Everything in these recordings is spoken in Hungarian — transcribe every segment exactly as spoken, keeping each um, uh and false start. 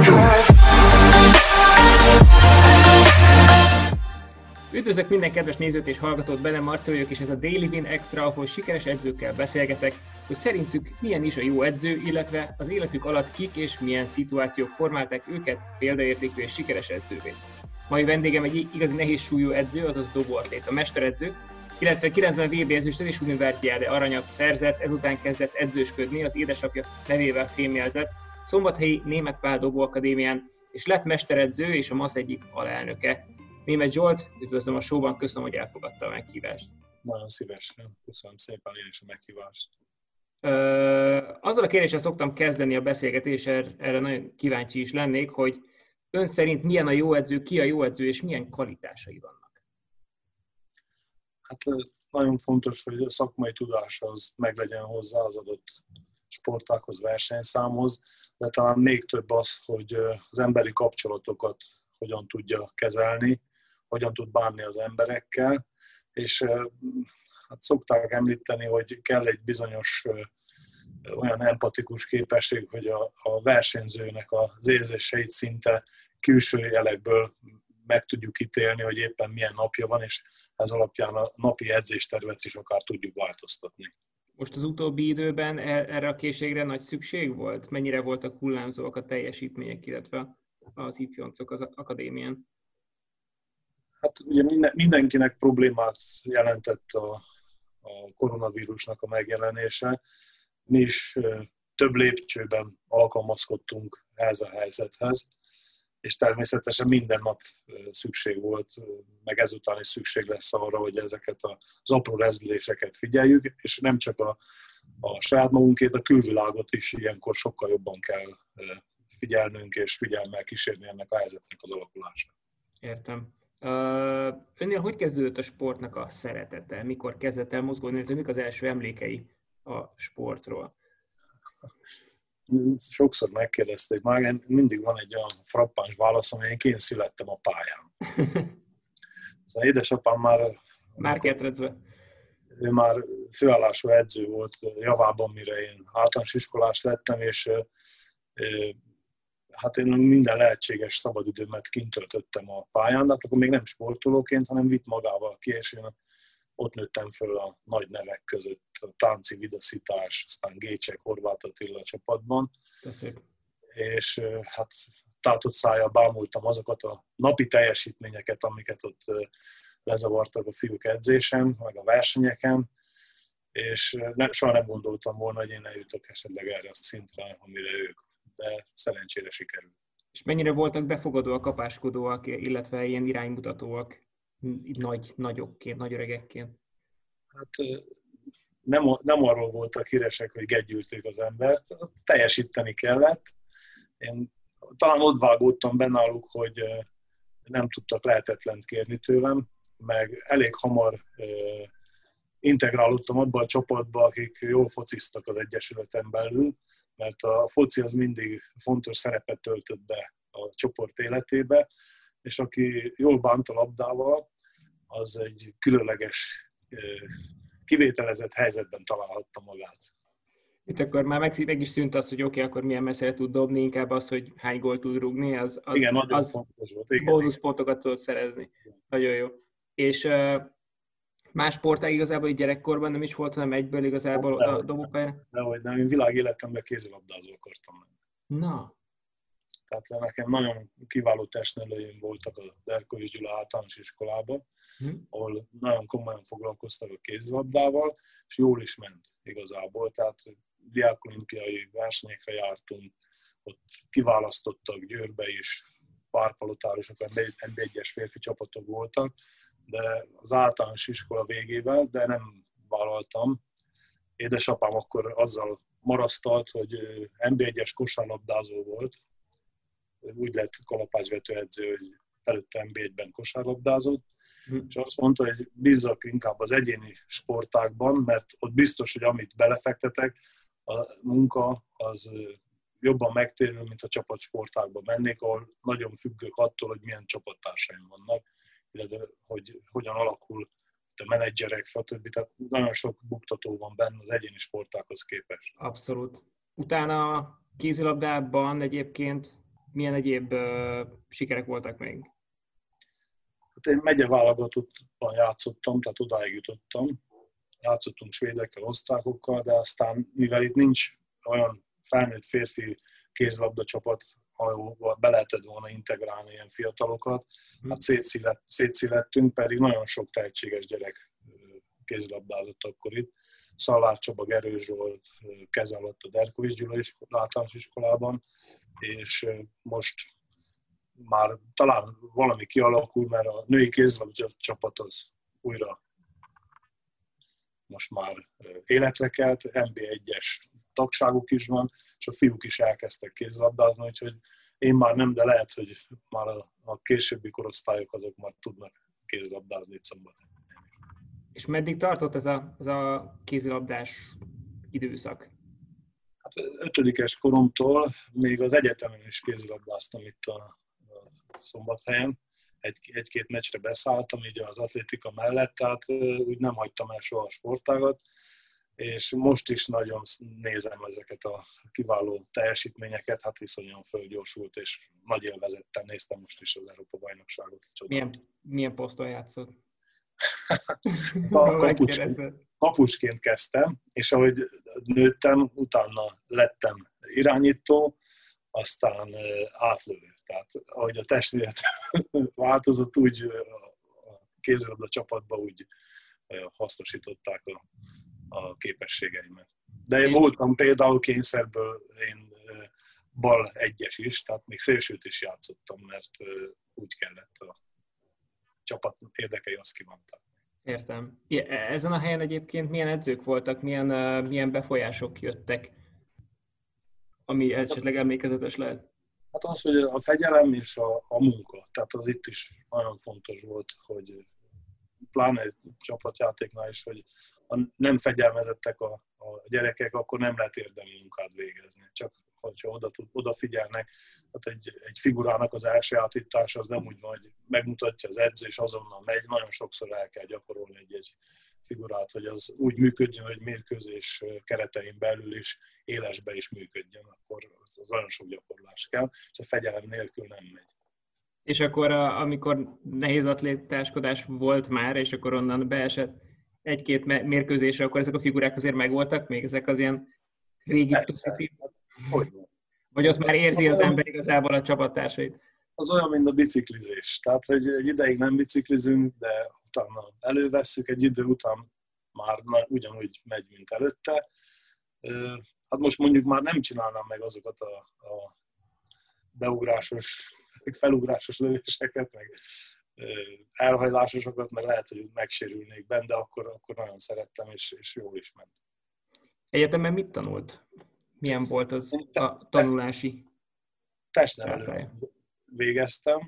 Üdvözlök minden kedves nézőt és hallgatót, benne Marci vagyok, és ez a Daily Win Extra, ahol sikeres edzőkkel beszélgetek, hogy szerintük milyen is a jó edző, illetve az életük alatt kik és milyen szituációk formálták őket példaértékű és sikeres edzővé. Mai vendégem egy igazi nehéz súlyú edző, azaz dobóatléta, mesteredző. kilencvenkilencben vé bé ezüstöt és Universiade aranyat szerzett, ezután kezdett edzősködni, az édesapja nevével fémjelzett, Szombathelyi Németh Pál Dobóakadémián, és lett mesteredző és a MASZ egyik alelnöke. Németh Zsolt, üdvözlöm a showban, köszönöm, hogy elfogadta a meghívást. Nagyon szívesen, köszönöm szépen én is a meghívást. Ö, azzal a kérdéssel szoktam kezdeni a beszélgetést, erre nagyon kíváncsi is lennék, hogy ön szerint milyen a jó edző, ki a jó edző, és milyen kvalitásai vannak? Hát nagyon fontos, hogy a szakmai tudás az meglegyen hozzá az adott sportákhoz, versenyszámhoz, de talán még több az, hogy az emberi kapcsolatokat hogyan tudja kezelni, hogyan tud bánni az emberekkel, és hát szokták említeni, hogy kell egy bizonyos olyan empatikus képesség, hogy a, a versenyzőnek az érzéseit szinte külső jelekből meg tudjuk ítélni, hogy éppen milyen napja van, és ez alapján a napi edzéstervet is akár tudjuk változtatni. Most az utóbbi időben erre a készségre nagy szükség volt? Mennyire voltak hullámzóak a teljesítmények, illetve az ifjoncok az akadémián? Hát ugye mindenkinek problémát jelentett a, a koronavírusnak a megjelenése. Mi is több lépcsőben alkalmazkodtunk ehhez a helyzethez, és természetesen minden nap szükség volt, meg ezután is szükség lesz arra, hogy ezeket az apró rezdüléseket figyeljük, és nem csak a, a saját magunkét, a külvilágot is ilyenkor sokkal jobban kell figyelnünk, és figyelemmel kísérni ennek a helyzetnek az alakulását. Értem. Önnél hogy kezdődött a sportnak a szeretete? Mikor kezdett el mozgolni, illetve mik az első emlékei a sportról? Sokszor megkérdezték már, mindig van egy olyan frappáns válaszom, hogy én kint születtem a pályán. Az édesapám már... Már kérdezve. Ő már főállású edző volt javában, mire én általános iskolás lettem, és hát én minden lehetséges szabadidőmet kint töltöttem a pályán, de akkor még nem sportolóként, hanem vitt magával ki, és én ott nőttem föl a nagy nevek között, a Tánci Vidaszitás, aztán Gécsek, Horváth Attila csapatban. Köszönöm. És hát tátott szájjal bámultam azokat a napi teljesítményeket, amiket ott lezavartak a fiúk edzésen, meg a versenyeken, és nem, soha nem gondoltam volna, hogy én eljutok esetleg erre a szintre, amire ők, de szerencsére sikerült. És mennyire voltak befogadóak, kapáskodóak, illetve ilyen iránymutatóak? Nagy, nagyokként, nagy öregekként? Hát nem, nem arról voltak híresek, hogy gegyülték az embert, teljesíteni kellett. Én talán ott vágódtam be náluk, hogy nem tudtak lehetetlent kérni tőlem, meg elég hamar integrálódtam abba a csapatba, akik jól fociztak az egyesületen belül, mert a foci az mindig fontos szerepet töltött be a csoport életébe, és aki jól bánt a labdával, az egy különleges, kivételezett helyzetben találhatta magát. Itt akkor már meg, meg is szűnt az, hogy oké, okay, akkor milyen messzire tud dobni, inkább az, hogy hány gólt tud rúgni, az, az, igen, nagyon az fontos volt. Igen, bónuszpontokat tud szerezni. Igen. Nagyon jó. És uh, más sportág igazából így gyerekkorban nem is volt, hanem egyből igazából a dobópályára? Dehogy nem, én világéletemben kézilabdázó akartam lenni. Na. Tehát nekem nagyon kiváló testnevelőim voltak a Derkovich Gyula általános iskolában, hmm. ahol nagyon komolyan foglalkoztak a kézilabdával, és jól is ment igazából. Tehát diákolimpiai versenyekre jártunk, ott kiválasztottak Győrbe is, párpalotárosok, en bé egyes férfi csapatok voltak, de az általános iskola végével, de nem vállaltam. Édesapám akkor azzal marasztalt, hogy en bé egyes kosárlabdázó volt, úgy lett kalapácsvető edző, hogy előtte en bé egyben kosárlabdázott, hm. és azt mondta, hogy bízzak inkább az egyéni sportákban, mert ott biztos, hogy amit belefektetek, a munka az jobban megtérül, mint a csapatsportákban mennék, ahol nagyon függők attól, hogy milyen csapattársaim vannak, illetve hogy hogyan alakul a menedzserek, stb. Tehát nagyon sok buktató van benne az egyéni sportákhoz képest. Abszolút. Utána a kézilabdában egyébként milyen egyéb uh, sikerek voltak még? Hát én megyeválogatottan játszottam, tehát odáig jutottam. Játszottunk svédekkel, osztrákokkal, de aztán, mivel itt nincs olyan felnőtt férfi kézlabda csapat, ahol be lehetett volna integrálni ilyen fiatalokat, hát szétszilett, szétszillettünk, pedig nagyon sok tehetséges gyerek kézlabdázott akkor itt. Szalvár Csaba, Gerő Zsolt kez alatt a Derkovics Gyula általános iskolában, és most már talán valami kialakul, mert a női kézlabda csapat az újra most már életre kelt, en bé egyes tagságuk is van, és a fiúk is elkezdtek kézlabdázni, úgyhogy én már nem, de lehet, hogy már a, a későbbi korosztályok azok már tudnak kézlabdázni Szombathelyen. És meddig tartott ez a, ez a kézilabdás időszak? Hát ötödikes koromtól még az egyetemen is kézilabdáztam itt a, a Szombathelyen. Egy, egy-két meccsre beszálltam így az atlétika mellett, tehát úgy nem hagytam el soha a sportágat, és most is nagyon nézem ezeket a kiváló teljesítményeket, hát viszonyan fölgyorsult, és nagy élvezettel néztem most is az Európa-bajnokságot. Milyen, milyen poszton játszott? Kapusként, kapusként kezdtem, és ahogy nőttem, utána lettem irányító, aztán átlövő. Tehát ahogy a testméret változott, úgy a kézilabda csapatban úgy hasznosították a, a képességeimet. De én voltam például kényszerből én bal egyes is, tehát még szélsőt is játszottam, mert úgy kellett a csapat érdekei azt kívánták. Értem. Ezen a helyen egyébként milyen edzők voltak, milyen, milyen befolyások jöttek, ami esetleg emlékezetes lehet? Hát az, hogy a fegyelem és a, a munka. Tehát az itt is nagyon fontos volt, hogy pláne egy csapatjátéknál is, hogy ha nem fegyelmezettek a, a gyerekek, akkor nem lehet érdemi munkát végezni. Csak hogyha oda, odafigyelnek, hát egy, egy figurának az elsajátítása az nem úgy van, hogy megmutatja az edző, és azonnal megy. Nagyon sokszor el kell gyakorolni egy-egy figurát, hogy az úgy működjön, hogy mérkőzés keretein belül is élesbe is működjön, akkor az nagyon sok gyakorlás kell, és a fegyelem nélkül nem megy. És akkor, amikor nehéz atlétáskodás volt már, és akkor onnan beesett egy-két mérkőzésre, akkor ezek a figurák azért megvoltak még? Ezek az ilyen régi pozitív? Vagy ott már érzi az ember igazából a csapattársait? Az olyan, mint a biciklizés. Tehát, hogy egy ideig nem biciklizünk, de utána elővesszük, egy idő után már ugyanúgy megy, mint előtte. Hát most mondjuk már nem csinálnám meg azokat a, a beugrásos, felugrásos lövéseket, meg elhajlásosokat, mert lehet, hogy megsérülnék benne, de akkor, akkor nagyon szerettem, és, és jól is ment. Egyetemen mit tanult? Milyen volt az a tanulási? Testnevelő végeztem,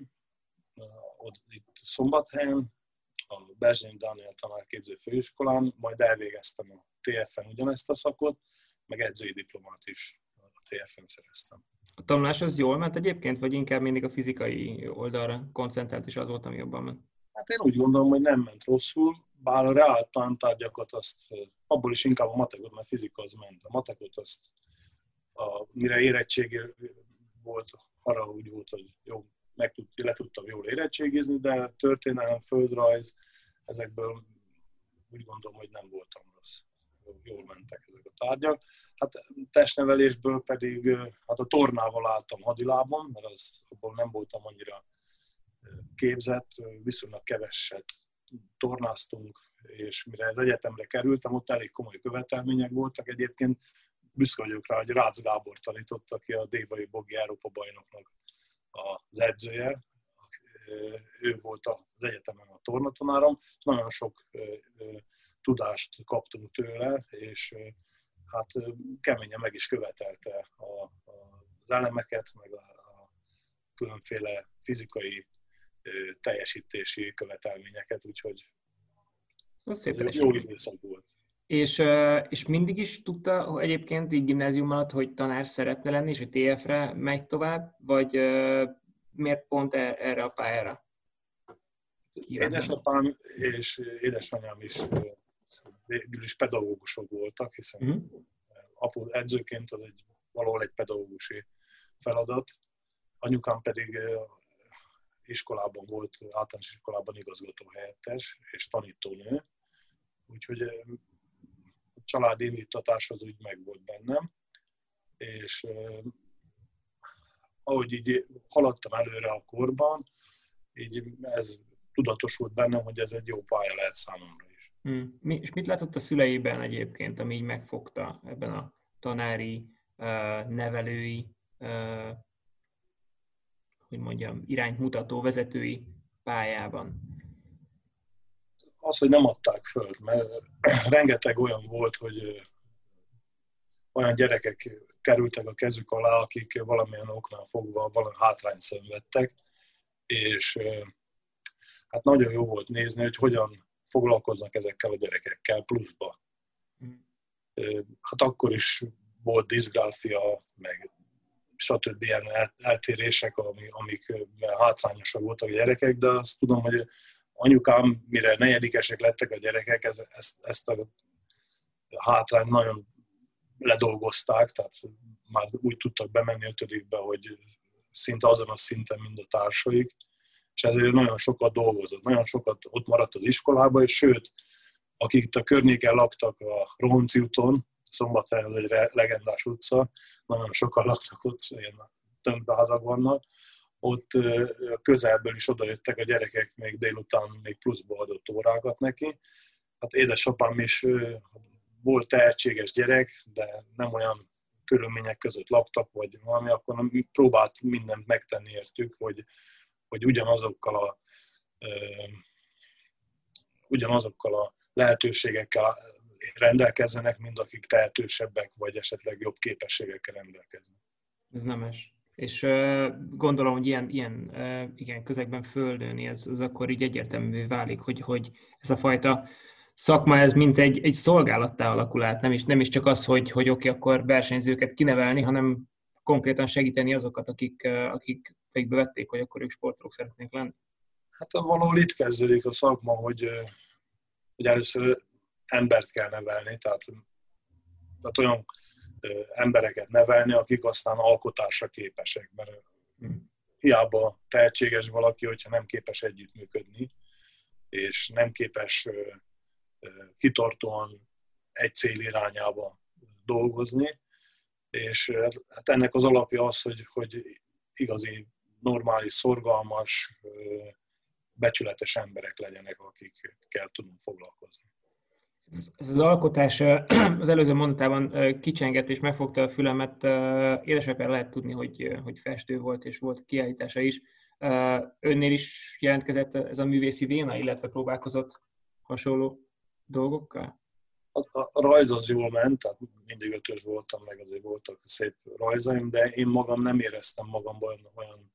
ott itt Szombathelyen, a Berzsény Dániel tanárképző főiskolán, majd elvégeztem a té efen ugyanezt a szakot, meg edzői diplomát is a té efen szereztem. A tanulás az jól ment egyébként, vagy inkább mindig a fizikai oldalra koncentrált, és az volt, ami jobban ment? Hát én úgy gondolom, hogy nem ment rosszul, bár a reál tantárgyakat azt, abból is inkább a matekot, mert fizika az ment. A matekot azt, a, mire érettségi volt, arra úgy volt, hogy jó, meg tud, le tudtam jól érettségizni, de történelem, földrajz, ezekből úgy gondolom, hogy nem voltam rossz. Jól mentek ezek a tárgyak. Hát testnevelésből pedig hát a tornával álltam hadilábon, mert az, abból nem voltam annyira képzett, viszonylag keveset tornáztunk, és mire az egyetemre kerültem, ott elég komoly követelmények voltak. Egyébként büszke vagyok rá, hogy Rácz Gábor tanította, aki a Dévai Bogi Európa-bajnoknak az edzője. Ő volt az egyetemen a tornatanárom, és nagyon sok tudást kaptunk tőle, és hát keményen meg is követelte a, a, az elemeket, meg a, a különféle fizikai teljesítési követelményeket, úgyhogy jó időszak volt. És, és mindig is tudta egyébként így gimnázium alatt, hogy tanár szeretne lenni, és hogy té efre megy tovább, vagy miért pont erre a pályára? Édesapám és édesanyám is végül is pedagógusok voltak, hiszen uh-huh. apu edzőként az egy, valahol egy pedagógusi feladat. anyukám pedig iskolában volt, általános iskolában igazgatóhelyettes és tanítónő, úgyhogy a családi indítatás az úgy megvolt bennem, és ahogy így haladtam előre a korban, így ez tudatosult bennem, hogy ez egy jó pálya lehet számomra is. Hmm. Mi, és mit látott a szüleiben egyébként, ami így megfogta ebben a tanári, nevelői, hogy mondjam, irányt mutató vezetői pályában? Az, hogy nem adták föl, mert rengeteg olyan volt, hogy olyan gyerekek kerültek a kezük alá, akik valamilyen oknál fogva valami hátrányt szenvedtek, és hát nagyon jó volt nézni, hogy hogyan foglalkoznak ezekkel a gyerekekkel pluszba. Hát akkor is volt diszgráfia, meg stb. Ilyen eltérések, amik hátrányosak voltak a gyerekek, de azt tudom, hogy anyukám, mire negyedikesek lettek a gyerekek, ezt, ezt a hátrányt nagyon ledolgozták, tehát már úgy tudtak bemenni ötödikbe, hogy szinte azon a szinten, mint a társaik, és ezért nagyon sokat dolgozott, nagyon sokat ott maradt az iskolába, és sőt, akik itt a környéken laktak a Rohonci úton, Szombathelyen egy legendás utca, nagyon sokan laktak ott, ilyen tömbházak vannak, ott közelből is odajöttek a gyerekek, még délután még pluszba adott órákat neki. Hát édesapám is volt tehetséges gyerek, de nem olyan körülmények között laktak, vagy valami, akkor próbált mindent megtenni értük, hogy, hogy ugyanazokkal a, ugyanazokkal a lehetőségekkel rendelkezzenek, mint akik tehetősebbek, vagy esetleg jobb képességekkel rendelkeznek. Ez nemes. És uh, gondolom, hogy ilyen, ilyen uh, igen, közegben földönni, ez, ez akkor így egyértelművé válik, hogy, hogy ez a fajta szakma, ez mint egy, egy szolgálattá alakul át, nem is, nem is csak az, hogy, hogy oké, okay, akkor versenyzőket kinevelni, hanem konkrétan segíteni azokat, akik, uh, akik fejükbe vették, hogy akkor ők sportolók szeretnék lenni. Hát valahol itt kezdődik a szakma, hogy, hogy először embert kell nevelni, tehát, tehát olyan embereket nevelni, akik aztán alkotásra képesek, mert hiába tehetséges valaki, hogyha nem képes együttműködni, és nem képes kitartóan egy cél irányába dolgozni, és hát ennek az alapja az, hogy, hogy igazi, normális, szorgalmas, becsületes emberek legyenek, akikkel tudunk foglalkozni. Ez az alkotás az előző mondatában kicsengett és megfogta a fülemet. Édesapjára lehet tudni, hogy, hogy festő volt, és volt kiállítása is. Önnél is jelentkezett ez a művészi véna, illetve próbálkozott hasonló dolgokkal? A, a rajz az jól ment, tehát mindig ötös voltam, meg azért voltak szép rajzaim, de én magam nem éreztem magamban olyan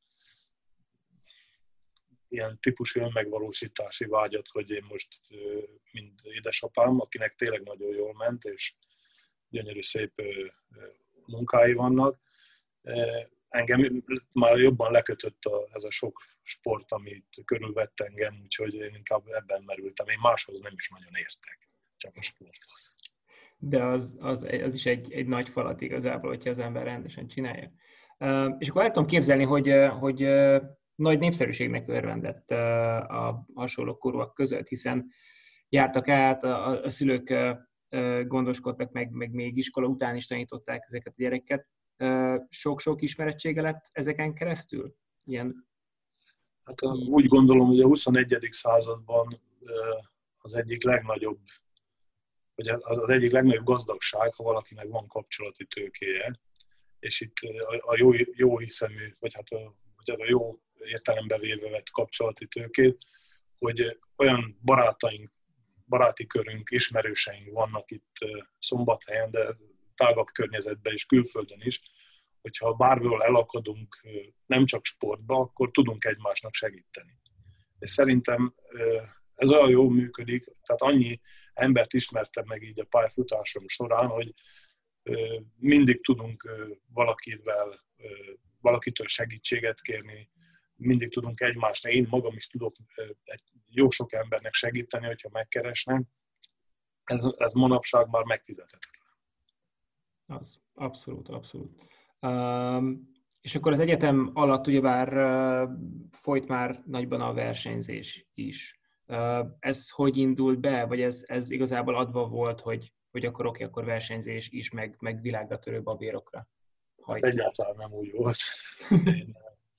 ilyen típusú önmegvalósítási vágyat, hogy én most, mint édesapám, akinek tényleg nagyon jól ment, és gyönyörű szép munkái vannak, engem már jobban lekötött a, ez a sok sport, amit körülvett engem, úgyhogy én inkább ebben merültem. Én máshoz nem is nagyon értek, csak a sporthoz. De az, az, az is egy, egy nagy falat igazából, hogyha az ember rendesen csinálja. És akkor el tudom képzelni, hogy, hogy nagy népszerűségnek örvendett a hasonló korúak között, hiszen jártak át, a, a szülők gondoskodtak, meg, meg még iskola után is tanították ezeket a gyerekeket. Sok-sok ismerettsége lett ezeken keresztül? Ilyen... Hát úgy gondolom, hogy a huszonegyedik században az egyik legnagyobb, vagy az egyik legnagyobb gazdagság, ha valakinek van kapcsolati tőkéje, és itt a jó, jó hiszemű, vagy hát a, vagy a jó értelembe véve vett kapcsolati tőkét, hogy olyan barátaink, baráti körünk, ismerőseink vannak itt Szombathelyen, de tágabb környezetben és külföldön is, hogyha bármilyen elakadunk nem csak sportba, akkor tudunk egymásnak segíteni. És szerintem ez olyan jól működik, tehát annyi embert ismertem meg így a pályafutásom során, hogy mindig tudunk valakivel, valakitől segítséget kérni, mindig tudunk egymásnak, én magam is tudok egy jó sok embernek segíteni, hogyha megkeresnek. Ez, ez manapság már megfizethetetlen. Az, abszolút, abszolút. Um, És akkor az egyetem alatt ugyebár uh, folyt már nagyban a versenyzés is. Uh, ez hogy indult be, vagy ez, ez igazából adva volt, hogy, hogy akkor oké, akkor versenyzés is, meg, meg világra törő babérokra Hát hajt? egyáltalán nem úgy volt. Én,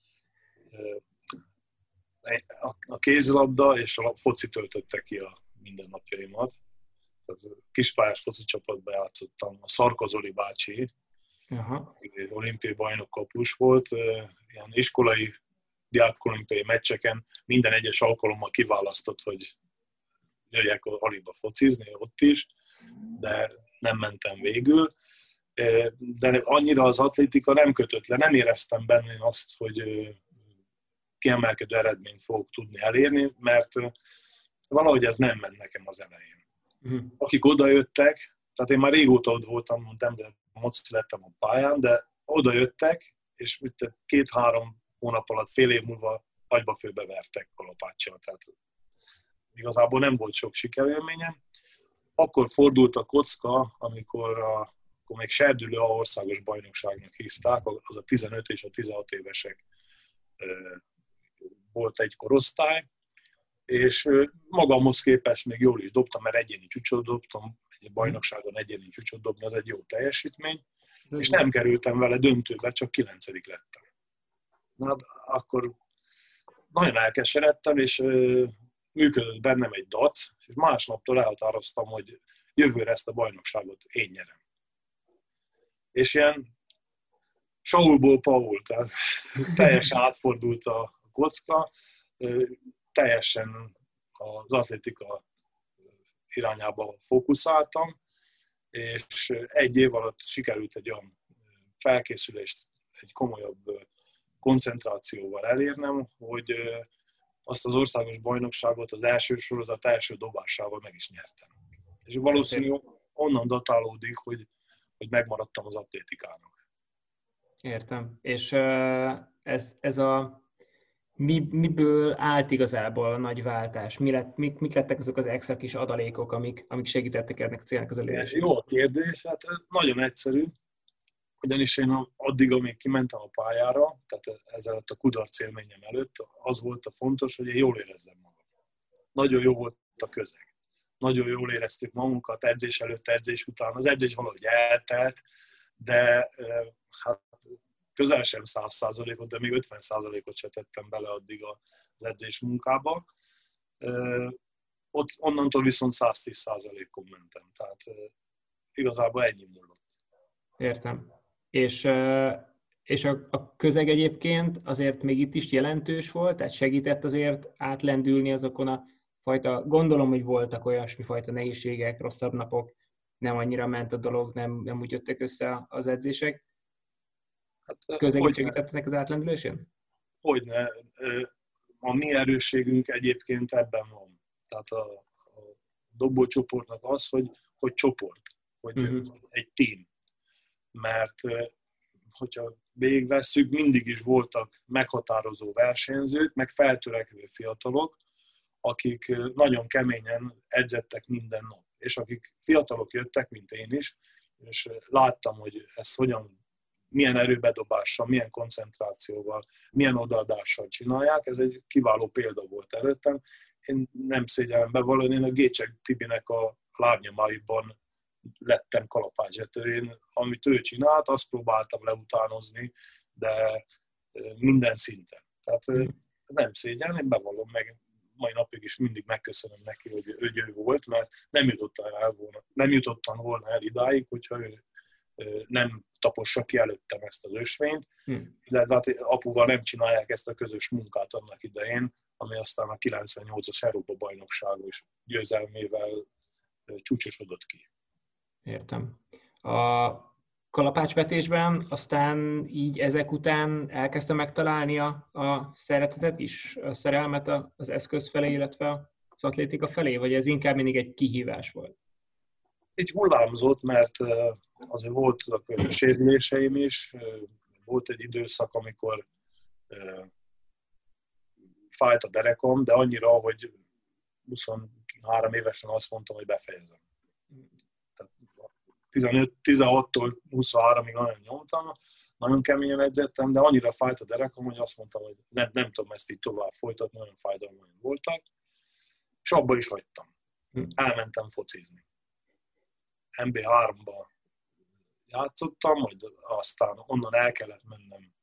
a kézilabda és a foci töltötte ki a mindennapjaimat. Tehát kispályás foci csapatban játszottam. A Szarka Zoli bácsi, Aha. olimpiai bajnok kapus volt, ilyen iskolai, diákolimpiai meccseken minden egyes alkalommal kiválasztott, hogy jöjjek a Aliba focizni, ott is, de nem mentem végül. De annyira az atlétika nem kötött le, nem éreztem benne azt, hogy kiemelkedő eredményt fogok tudni elérni, mert valahogy ez nem ment nekem az elején. Uh-huh. Akik odajöttek, tehát én már régóta ott voltam, mondtam, de moc lettem a pályán, de odajöttek, és két-három hónap alatt, fél év múlva agyba főbe vertek kalapáccsal. Tehát igazából nem volt sok sikerélményem. Akkor fordult a kocka, amikor, a, akkor még Serdülő a országos bajnokságnak hívták, az a tizenöt és a tizenhat évesek volt egy korosztály, és magamhoz képest még jól is dobtam, mert egyéni csúcsot dobtam, egy bajnokságon egyéni csúcsot dobni, az egy jó teljesítmény, és nem kerültem vele döntőbe, csak kilencedik lettem. Na, akkor nagyon elkeseredtem, és működött bennem egy dac, és másnaptól elhatároztam, hogy jövőre ezt a bajnokságot én nyerem. És ilyen Saulból Paul, tehát teljesen átfordult a kocka, teljesen az atlétika irányába fókuszáltam, és egy év alatt sikerült egy olyan felkészülést, egy komolyabb koncentrációval elérnem, hogy azt az országos bajnokságot az első sorozat első dobásával meg is nyertem. És valószínűleg onnan datálódik, hogy, hogy megmaradtam az atlétikának. Értem. És ez, ez a mi, miből állt igazából a nagy váltás? Mi lett, mik, mik lettek azok az extra kis adalékok, amik, amik segítettek ennek a célnak az elérésében? Jó a kérdés, hát nagyon egyszerű. Ugyanis én addig, amíg kimentem a pályára, tehát ezzel a kudarc élményem előtt, az volt a fontos, hogy én jól érezzem magam. Nagyon jó volt a közeg. Nagyon jól éreztük magunkat edzés előtt, edzés után. Az edzés valahogy eltelt, de hát közel sem száz százalékot, de még ötven százalékot se tettem bele addig az edzés munkába. Ott, onnantól viszont száz tíz százalékon mentem. Tehát igazából ennyi múlott. Értem. És, és a, a közeg egyébként azért még itt is jelentős volt, tehát segített azért átlendülni azokon a fajta, gondolom, hogy voltak olyasmi fajta nehézségek, rosszabb napok, nem annyira ment a dolog, nem, nem úgy jöttek össze az edzések. Hát, közeg segítettek az átlendülésén? Hogyne. A mi erősségünk egyébként ebben van. Tehát a, a dobócsoportnak az, hogy, hogy csoport, hogy uh-huh. egy team. Mert hogyha végigvesszük, mindig is voltak meghatározó versenyzők, meg feltörekvő fiatalok, akik nagyon keményen edzettek minden nap. És akik fiatalok jöttek, mint én is, és láttam, hogy ez hogyan, milyen erőbedobással, milyen koncentrációval, milyen odaadással csinálják. Ez egy kiváló példa volt előttem. Én nem szégyellem bevallani, én a Gécsek Tibinek a lábnyomáiban lettem kalapácsető. Én, amit ő csinált, azt próbáltam leutánozni, de minden szinten. Tehát ez nem szégyen, én bevallom meg, mai napig is mindig megköszönöm neki, hogy ő, ő volt, mert nem jutottam, el volna, nem jutottam volna el idáig, hogyha ő nem tapossa ki előttem ezt az ösvényt, hmm. illetve hát apuval nem csinálják ezt a közös munkát annak idején, ami aztán a kilencvennyolcas Európa-bajnokságon is győzelmével csúcsosodott ki. Értem. A kalapácsvetésben aztán így ezek után elkezdte megtalálni a, a szeretetet is, a szerelmet az eszköz felé, illetve az atlétika felé, vagy ez inkább mindig egy kihívás volt? Így hullámzott, mert azért voltak sérüléseim is, volt egy időszak, amikor fájt a derekam, de annyira, hogy huszonhárom évesen azt mondtam, hogy befejezem. tizenöt, tizenhattól huszonháromig nagyon nyomtam, nagyon keményen edzettem, de annyira fájt a derekam, hogy azt mondtam, hogy nem, nem tudom ezt így tovább folytatni, nagyon fájdalmaim voltak, és abba is hagytam. Elmentem focizni. en bé háromba játszottam, majd aztán onnan el kellett mennem,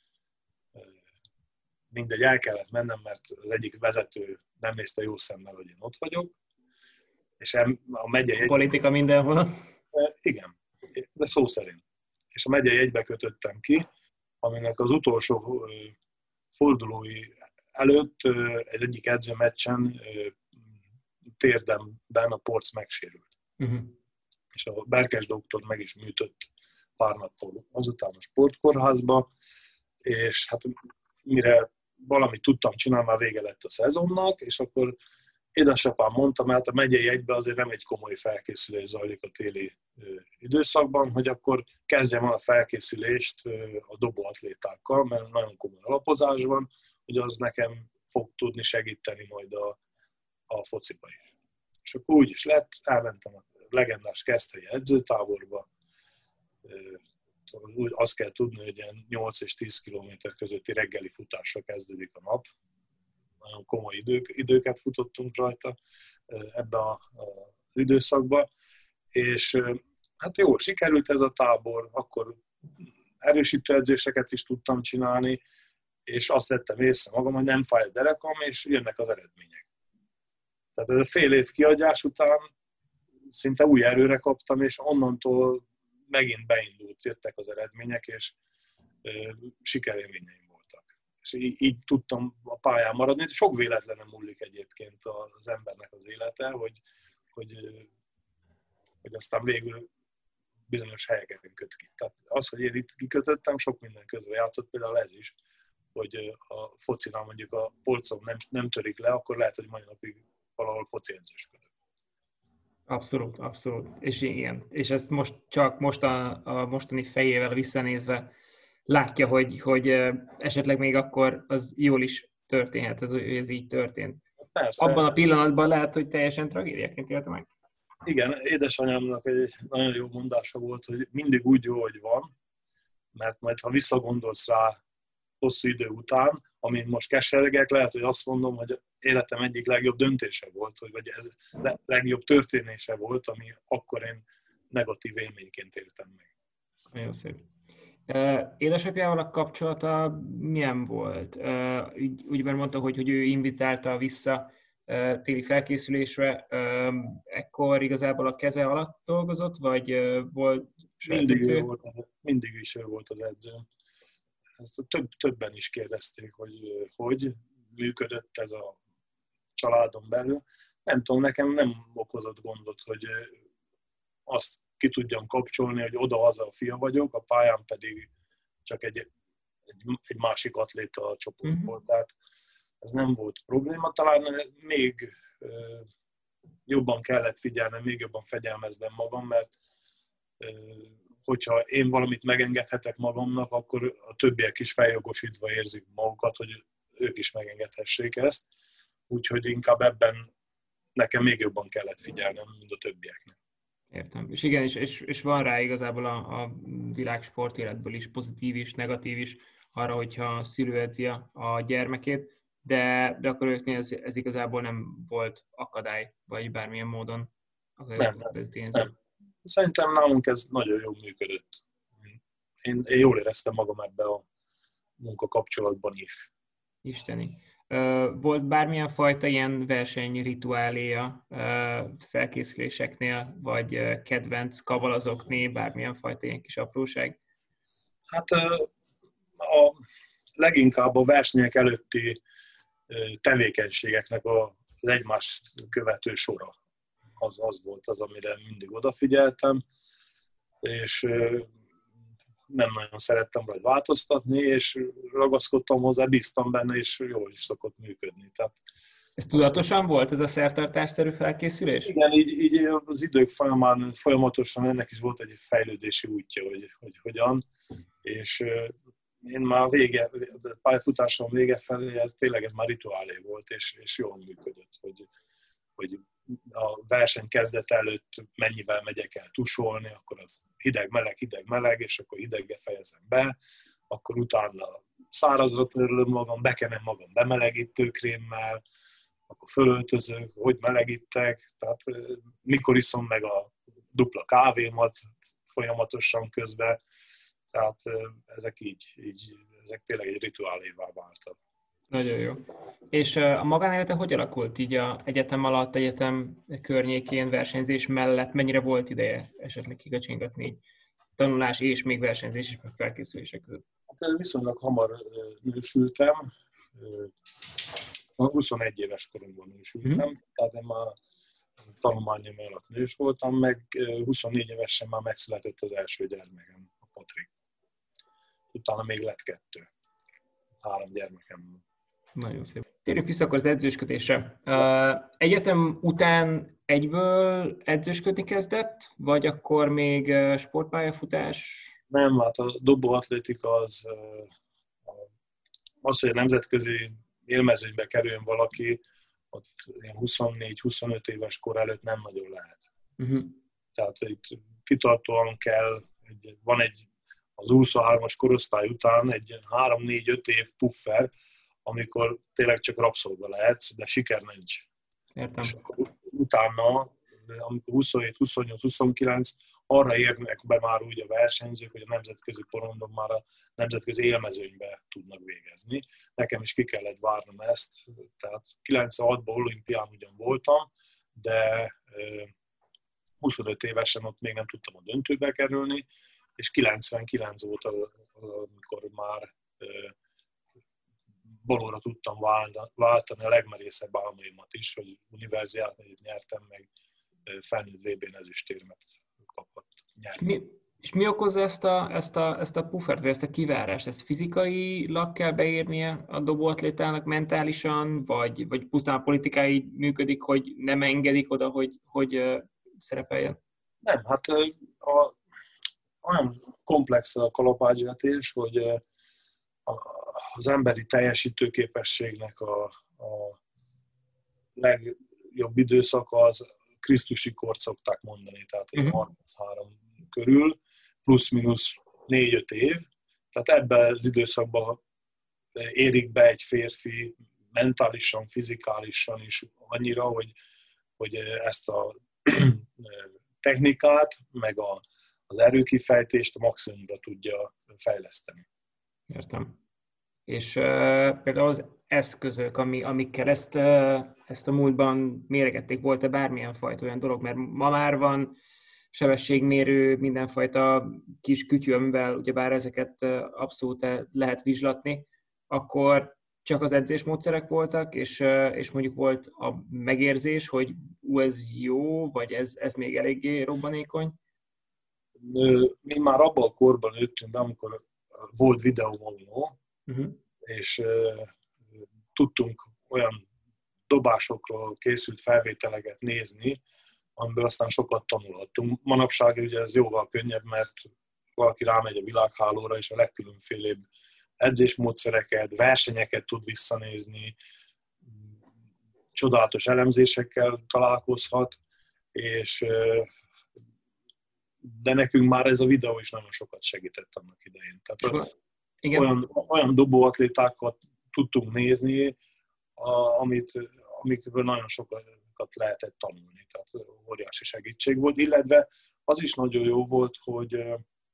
mindegy, el kellett mennem, mert az egyik vezető nem nézte jó szemmel, hogy én ott vagyok, és a megyei... A politika egy... mindenhol. Igen, de szó szerint. És a megyei egybe kötöttem ki, aminek az utolsó fordulói előtt egy egyik edzőmeccsen térdemben a porc megsérült. Uh-huh. És a Berkes doktor meg is műtött pár nappal azután a sportkórházba, és hát mire valamit tudtam csinálni, már vége lett a szezonnak, és akkor édesapám mondta, mert a megyei egyben azért nem egy komoly felkészülés zajlik a téli időszakban, hogy akkor kezdjem el a felkészülést a dobóatlétákkal, mert nagyon komoly alapozás van, hogy az nekem fog tudni segíteni majd a, a fociba is. És akkor úgy is lett, elmentem a legendás Keszthelyi edzőtáborba, úgy azt kell tudni, hogy ilyen nyolc és tíz kilométer közötti reggeli futásra kezdődik a nap. Nagyon komoly idők, időket futottunk rajta ebbe az időszakba, és hát jó, sikerült ez a tábor, akkor erősítő edzéseket is tudtam csinálni, és azt vettem észre magam, hogy nem fáj a derekam, és jönnek az eredmények. Tehát ez a fél év kiadás után szinte új erőre kaptam, és onnantól megint beindult, jöttek az eredmények, és sikerélményeim voltak. És így, így tudtam a pályán maradni. Sok véletlenem múlik egyébként az embernek az élete, hogy, hogy, hogy aztán végül bizonyos helyeken köt ki. Tehát az, hogy én itt kikötöttem, sok minden közre játszott, például ez is, hogy a focinál mondjuk a polcom nem, nem törik le, akkor lehet, hogy mai napig valahol foci edzősködök. Abszolút, abszolút. És igen. És ezt most csak most a, a mostani fejével visszanézve látja, hogy, hogy esetleg még akkor az jól is történhet, hogy ez így történt. Persze. Abban a pillanatban lehet, hogy teljesen tragédiaként élte meg. Igen, édesanyámnak egy nagyon jó mondása volt, hogy mindig úgy jó, hogy van, mert majd ha visszagondolsz rá hosszú idő után, amin most kesergek, lehet, hogy azt mondom, hogy életem egyik legjobb döntése volt, vagy ez legjobb történése volt, ami akkor én negatív élményként éltem meg. Nagyon szép. Édesapjával a kapcsolata milyen volt? Úgy, úgy már mondta, hogy, hogy ő invitálta vissza téli felkészülésre, ekkor igazából a keze alatt dolgozott, vagy volt mindig, ő volt, mindig is ő volt az edzőm. Ezt több, többen is kérdezték, hogy hogy működött ez a családon belül. Nem tudom, nekem nem okozott gondot, hogy azt ki tudjam kapcsolni, hogy oda-haza a fia vagyok, a pályán pedig csak egy, egy, egy másik atléta a csoportból. Mm-hmm. Tehát ez nem volt probléma. Talán még jobban kellett figyelnem, még jobban fegyelmeznem magam, mert hogyha én valamit megengedhetek magamnak, akkor a többiek is feljogosítva érzik magukat, hogy ők is megengedhessék ezt. Úgyhogy inkább ebben nekem még jobban kellett figyelnem, mint a többieknek. Értem. És igen, és, és, és van rá igazából a, a világ sportéletből is pozitív is, negatív is, arra, hogyha a szülő edzi a gyermekét, de, de akkor őknél ez, ez igazából nem volt akadály, vagy bármilyen módon. Nem, nem, nem. Szerintem nálunk ez nagyon jól működött. Én, én jól éreztem magam ebbe a munkakapcsolatban is. Isteni. Volt bármilyen fajta ilyen versenyrituáléja felkészüléseknél, vagy kedvenc kavalazoknél, bármilyen fajta ilyen kis apróság? Hát a leginkább a versenyek előtti tevékenységeknek az egymást követő sora. Az, az volt az, amire mindig odafigyeltem, és nem nagyon szerettem rajta változtatni, és ragaszkodtam hozzá, bíztam benne, és jól is szokott működni. Tehát ez tudatosan azt, volt, ez a szertartásszerű felkészülés? Igen, így, így az idők folyamán, folyamatosan ennek is volt egy fejlődési útja, hogy, hogy hogyan, és én már vége, pályafutásom vége felé, ez tényleg ez már rituálé volt, és, és jól működött, hogy, hogy a verseny kezdet előtt mennyivel megyek el tusolni, akkor az hideg-meleg, hideg-meleg, és akkor hideggel fejezem be, akkor utána szárazra törlöm magam, bekenem magam bemelegítőkrémmel, akkor fölöltözök, hogy melegítek, tehát mikor iszom meg a dupla kávémat folyamatosan közben, tehát ezek így, így ezek tényleg egy rituálévá váltak. Nagyon jó. És a magánélete hogy alakult így a egyetem alatt, egyetem környékén, versenyzés mellett? Mennyire volt ideje esetleg kikacsingatni tanulás és még versenyzés és meg felkészülések között? Hát viszonylag hamar nősültem. huszonegy éves koromban nősültem, mm-hmm. tehát én már tanulmányom alatt nős voltam, meg huszonnégy évesen már megszületett az első gyermekem, a Patrik. Utána még lett kettő. Három gyermekem. Nagyon szép. Térjünk vissza akkor az edzősködésre. Egyetem után egyből edzősködni kezdett, vagy akkor még sportpályafutás? Nem, hát a dobóatlétika az, az, hogy a nemzetközi élmezőnybe kerüljön valaki, ott huszonnégy-huszonöt éves kor előtt nem nagyon lehet. Uh-huh. Tehát itt kitartóan kell, egy, van egy az huszonhármas korosztály után egy három-négy-öt év puffer, amikor tényleg csak rabszolga lehetsz, de siker nincs. Értem. És akkor utána, amikor huszonhét, huszonnyolc, huszonkilenc, arra érnek be már úgy a versenyzők, hogy a nemzetközi porondon már a nemzetközi élmezőnybe tudnak végezni. Nekem is ki kellett várnom ezt, tehát kilencvenhatban olimpián ugyan voltam, de huszonöt évesen ott még nem tudtam a döntőbe kerülni, és kilencvenkilenc óta, amikor már valóra tudtam váltani a legmerészebb álmaimat is, hogy univerziátát nyertem, meg felnőtt vé bén ezüstérmet kapott. És mi, és mi okozza ezt a, ezt, a, ezt a puffert, vagy ezt a kivárást? Ezt fizikailag kell beérnie a dobóatlétának mentálisan, vagy, vagy pusztán a politikai működik, hogy nem engedik oda, hogy, hogy uh, szerepeljen? Nem, hát a, olyan komplex a kalapácsvetés, hogy a, az emberi teljesítőképességnek a, a legjobb időszaka az krisztusi kort szokták mondani, tehát uh-huh. harminchárom körül, plusz-minusz négy-öt év. Tehát ebben az időszakban érik be egy férfi mentálisan, fizikálisan is annyira, hogy, hogy ezt a technikát, meg a, az erőkifejtést a maximumra tudja fejleszteni. Értem. És uh, például az eszközök, ami, amikkel ezt, uh, ezt a múltban méregették, volt-e bármilyen fajta olyan dolog? Mert ma már van sebességmérő, mindenfajta kis kütyű, amivel ugyebár ezeket uh, abszolút lehet vizslatni, akkor csak az edzésmódszerek voltak, és, uh, és mondjuk volt a megérzés, hogy ú, ez jó, vagy ez, ez még eléggé robbanékony? Mi már abban a korban nőttünk be, amikor volt videómoló, uh-huh. és uh, tudtunk olyan dobásokról készült felvételeket nézni, amiből aztán sokat tanulhattunk. Manapság ugye ez jóval könnyebb, mert valaki rámegy a világhálóra, és a legkülönfélébb edzésmódszereket, versenyeket tud visszanézni, csodálatos elemzésekkel találkozhat, és uh, de nekünk már ez a videó is nagyon sokat segített annak idején. Tehát igen. Olyan, olyan dobóatlétákat tudtunk nézni, amit, amikből nagyon sokat lehetett tanulni. Tehát óriási segítség volt, illetve az is nagyon jó volt, hogy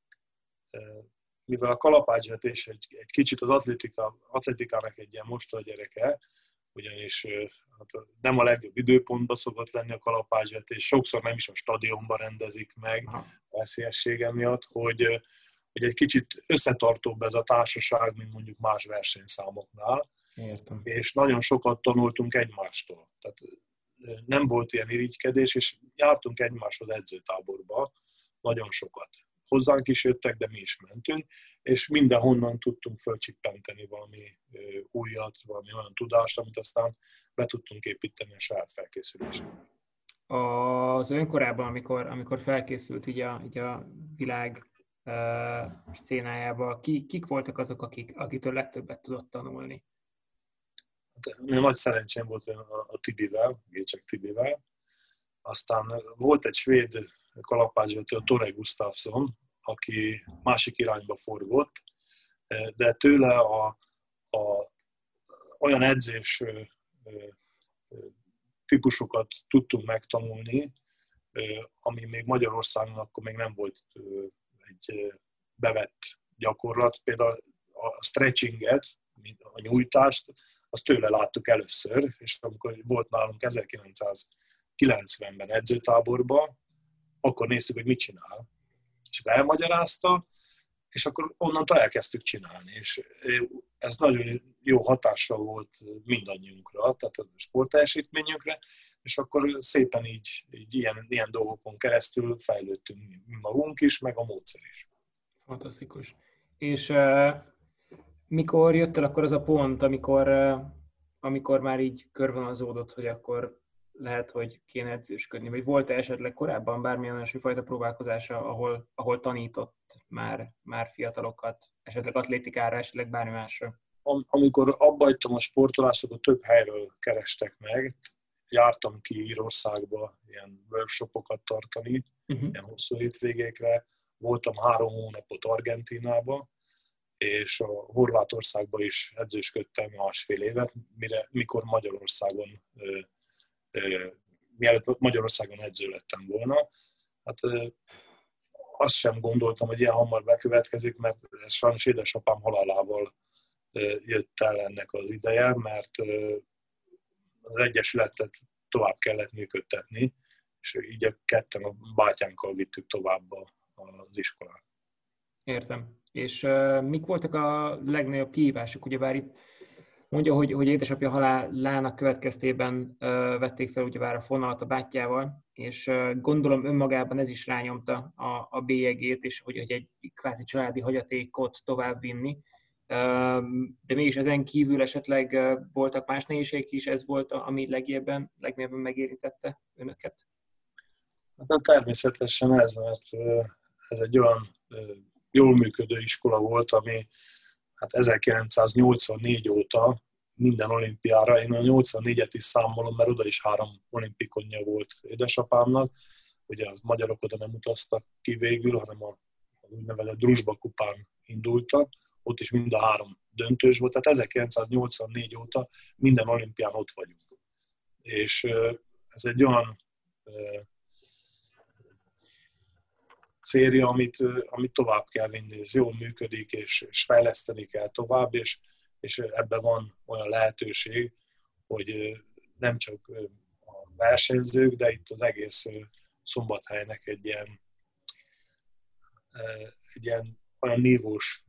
mivel a kalapácsvetés egy, egy kicsit az atlétika, atlétikának egy ilyen mostoha gyereke, ugyanis hát nem a legjobb időpontban szokott lenni a kalapácsvetés, sokszor nem is a stadionban rendezik meg a veszélyessége miatt, hogy, hogy egy kicsit összetartóbb ez a társaság, mint mondjuk más versenyszámoknál. Értem. És nagyon sokat tanultunk egymástól. Tehát nem volt ilyen irigykedés, és jártunk egymáshoz edzőtáborba nagyon sokat. Hozzánk is jöttek, de mi is mentünk, és mindenhonnan tudtunk fölcsippenteni valami újat, valami olyan tudást, amit aztán be tudtunk építeni a saját felkészülésünkbe. Az önkorában, amikor, amikor felkészült így a, így a világ uh, szénájába, ki, kik voltak azok, akik, akitől legtöbbet tudott tanulni? Hát, nagy szerencsém volt a, a Tibivel, Gécsek Tibivel, Aztán volt egy svéd kalapácsvető, a Tore Gustafsson, aki másik irányba forgott, de tőle a, a, olyan edzés típusokat tudtunk megtanulni, ami még Magyarországon akkor még nem volt egy bevett gyakorlat. Például a stretchinget, a nyújtást, azt tőle láttuk először, és amikor volt nálunk ezerkilencszázkilencvenben edzőtáborban, akkor néztük, hogy mit csinál. És elmagyarázta, és akkor onnantól elkezdtük csinálni. És ez nagyon jó hatással volt mindannyiunkra, tehát a sportteljesítményünkre, és akkor szépen így, így ilyen, ilyen dolgokon keresztül fejlődtünk magunk is, meg a módszer is. Fantasztikus. És uh, mikor jött el akkor az a pont, amikor, uh, amikor már így körvonalazódott, hogy akkor lehet, hogy kéne edzősködni? Vagy volt-e esetleg korábban bármilyen olyan fajta próbálkozása, ahol, ahol tanított már, már fiatalokat, esetleg atlétikára, esetleg bármi másra? Am, amikor abba hagytam a sportolást, akkor több helyről kerestek meg. Jártam ki Írországba ilyen workshopokat tartani, uh-huh. ilyen hosszú hétvégékre. Voltam három hónapot Argentínába, és a Horvátországba is edzősködtem másfél évet, mire, mikor Magyarországon mielőtt Magyarországon edző lettem volna. Hát azt sem gondoltam, hogy ilyen hamar bekövetkezik, mert ez sajnos édesapám halálával jött el ennek az ideje, mert az egyesületet tovább kellett működtetni, és így a ketten a bátyánkkal vittük tovább az iskolát. Értem. És uh, mik voltak a legnagyobb kihívások? Ugyebár itt mondja, hogy, hogy édesapja halálának következtében uh, vették fel ugyebár a fonalat a bátyjával, és uh, gondolom önmagában ez is rányomta a, a bélyegét, és hogy, hogy egy kvázi családi hagyatékot tovább vinni. Uh, de mégis ezen kívül esetleg uh, voltak más nehézségek is, ez volt, ami legjobban, legmélyebben megérintette önöket? Hát természetesen ez, mert uh, ez egy olyan uh, jól működő iskola volt, ami hát ezerkilencszáznyolcvannégy óta minden olimpiára, én a nyolcvannégyet is számolom, mert oda is három olimpikonja volt édesapámnak, ugye a magyarok oda nem utaztak ki végül, hanem a úgynevezett Druzsba kupán indultak, ott is mind a három döntős volt, tehát ezerkilencszáznyolcvannégy óta minden olimpián ott vagyunk. És ez egy olyan széria, amit, amit tovább kell vinni, ez jól működik, és, és fejleszteni kell tovább, és, és ebben van olyan lehetőség, hogy nem csak a versenyzők, de itt az egész Szombathelynek egy ilyen, egy ilyen olyan nívós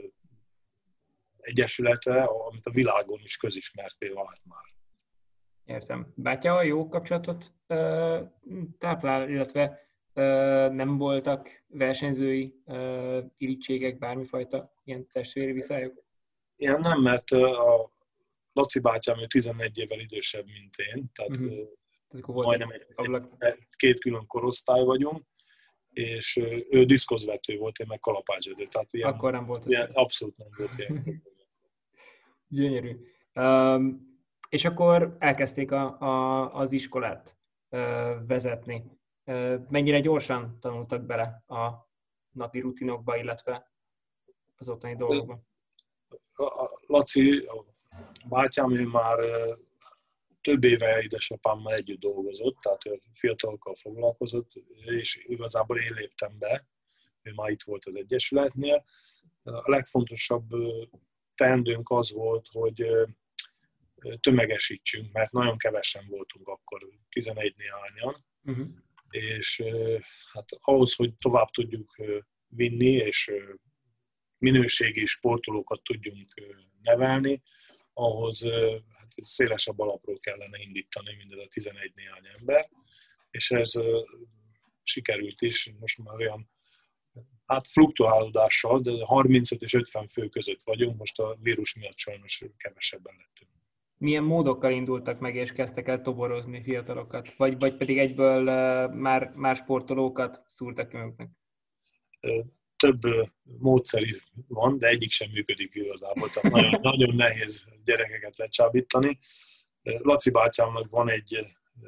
egyesülete, amit a világon is közismerté vált már. Értem. Bátya jó kapcsolatot táplál, illetve nem voltak versenyzői irítségek, bármifajta ilyen testvéri viszályok? Ilyen nem, mert a Laci bátyám tizenegy évvel idősebb, mint én, tehát uh-huh. majdnem egy, egy, két külön korosztály vagyunk, és ő diszkozvető volt, én meg kalapácsvető. Tehát ilyen, akkor nem volt. Ilyen, abszolút nem volt ilyen. Gyönyörű. Um, és akkor elkezdték a, a, az iskolát uh, vezetni. Uh, mennyire gyorsan tanultak bele a napi rutinokba, illetve az ottani dolgokba? A Laci, a bátyám, ő már több éve édesapámmal együtt dolgozott, tehát ő fiatalokkal foglalkozott, és igazából én léptem be, ő már itt volt az egyesületnél. A legfontosabb teendőnk az volt, hogy tömegesítsünk, mert nagyon kevesen voltunk akkor, tizenegy néhányan, uh-huh. és hát ahhoz, hogy tovább tudjuk vinni, és minőségi sportolókat tudjunk nevelni, ahhoz hát szélesebb alapról kellene indítani mindez a tizenegy néhány ember, és ez sikerült is, most már olyan hát fluktuálódással, de harmincöt és ötven fő között vagyunk, most a vírus miatt sajnos kevesebben lettünk. Milyen módokkal indultak meg és kezdtek el toborozni fiatalokat? Vagy, vagy pedig egyből uh, már, már sportolókat szúrtak önöknek? Több módszer is van, de egyik sem működik igazából, tehát nagyon, nagyon nehéz gyerekeket lecsábítani. Laci bátyámnak van egy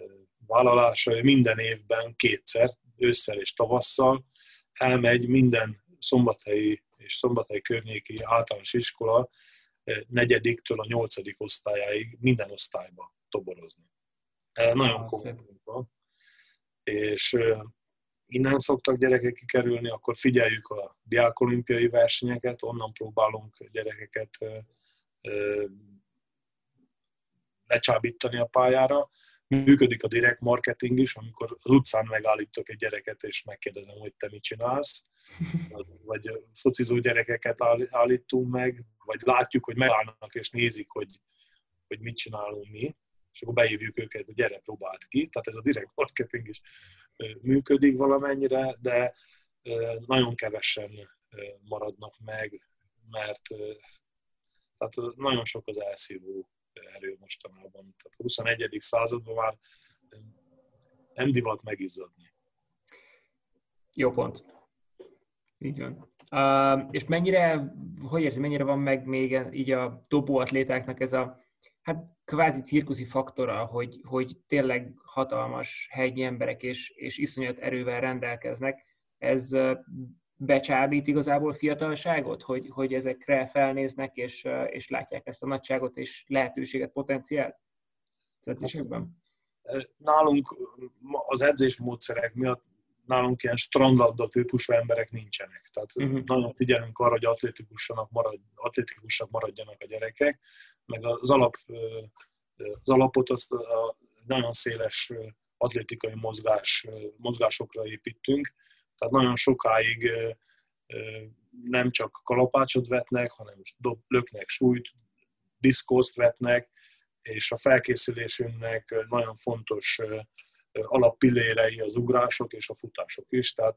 vállalása, hogy minden évben kétszer, ősszel és tavasszal elmegy minden szombathelyi és szombathely környéki általános iskola negyediktől a nyolcadik osztályáig minden osztályba toborozni. Nagyon Ah, komoly munka. És innen szoktak gyerekek kikerülni, akkor figyeljük a diákolimpiai versenyeket, onnan próbálunk gyerekeket lecsábítani a pályára. Működik a direkt marketing is, amikor az utcán megállítok egy gyereket, és megkérdezem, hogy te mit csinálsz. Vagy focizó gyerekeket állítunk meg, vagy látjuk, hogy megállnak és nézik, hogy, hogy mit csinálunk mi, és akkor behívjuk őket, hogy gyere, próbáld ki. Tehát ez a direkt marketing is működik valamennyire, de nagyon kevesen maradnak meg, mert tehát nagyon sok az elszívó erő mostanában. Tehát a huszonegyedik században már nem divat megizzadni. Jó pont. Így van. Uh, és mennyire, hogy érzi, mennyire van meg még így a dobóatlétáknak ez a hát kvázi cirkuszi faktora, hogy, hogy tényleg hatalmas helyi emberek és, és iszonyat erővel rendelkeznek. Ez becsábít igazából fiatalságot, hogy, hogy ezekre felnéznek és, és látják ezt a nagyságot és lehetőséget, potenciált az edzésekben? Nálunk az edzésmódszerek miatt nálunk ilyen strandlabda típusú emberek nincsenek. Tehát uh-huh. nagyon figyelünk arra, hogy atlétikusak, marad, atlétikusak maradjanak a gyerekek, meg az, alap, az alapot azt a nagyon széles atlétikai mozgás, mozgásokra építünk. Tehát nagyon sokáig nem csak kalapácsot vetnek, hanem dob, löknek súlyt, diszkózt vetnek, és a felkészülésünknek nagyon fontos alappillérei az ugrások és a futások is. Tehát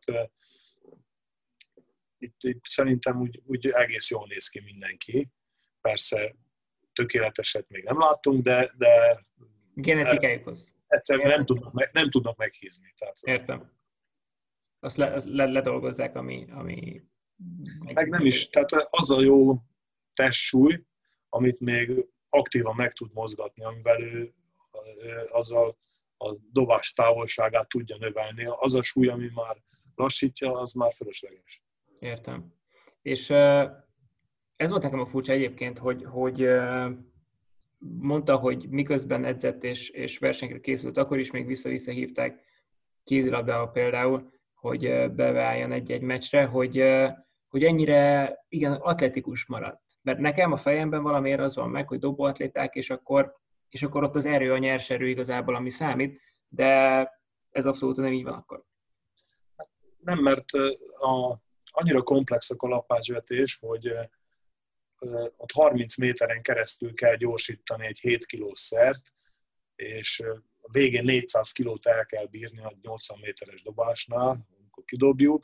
itt, itt szerintem úgy, úgy egész jól néz ki mindenki. Persze tökéleteset még nem láttunk, de, de genetikájukhoz. Egyszerűen nem tudnak, meg, nem tudnak meghízni. Tehát, értem. Azt le, le, ledolgozzák, ami... ami meg, meg nem is. Tehát az a jó testsúly, amit még aktívan meg tud mozgatni, amivel ő azzal a dobás távolságát tudja növelni. Az a súly, ami már lassítja, az már fölösleges. Értem. És ez volt nekem a furcsa egyébként, hogy, hogy mondta, hogy miközben edzett és, és versenyre készült, akkor is még vissza-vissza hívták kézilabdába például, hogy beválljon egy-egy meccsre, hogy, hogy ennyire igen, atletikus maradt. Mert nekem a fejemben valamiért az van meg, hogy dobóatléták, és akkor, és akkor ott az erő, a nyers erő igazából, ami számít, de ez abszolút nem így van akkor. Nem, mert a, annyira komplex a kalapácsvetés, hogy ott harminc méteren keresztül kell gyorsítani egy hét kilós szert, és a végén négyszáz kilót el kell bírni a nyolcvan méteres dobásnál, amikor kidobjuk.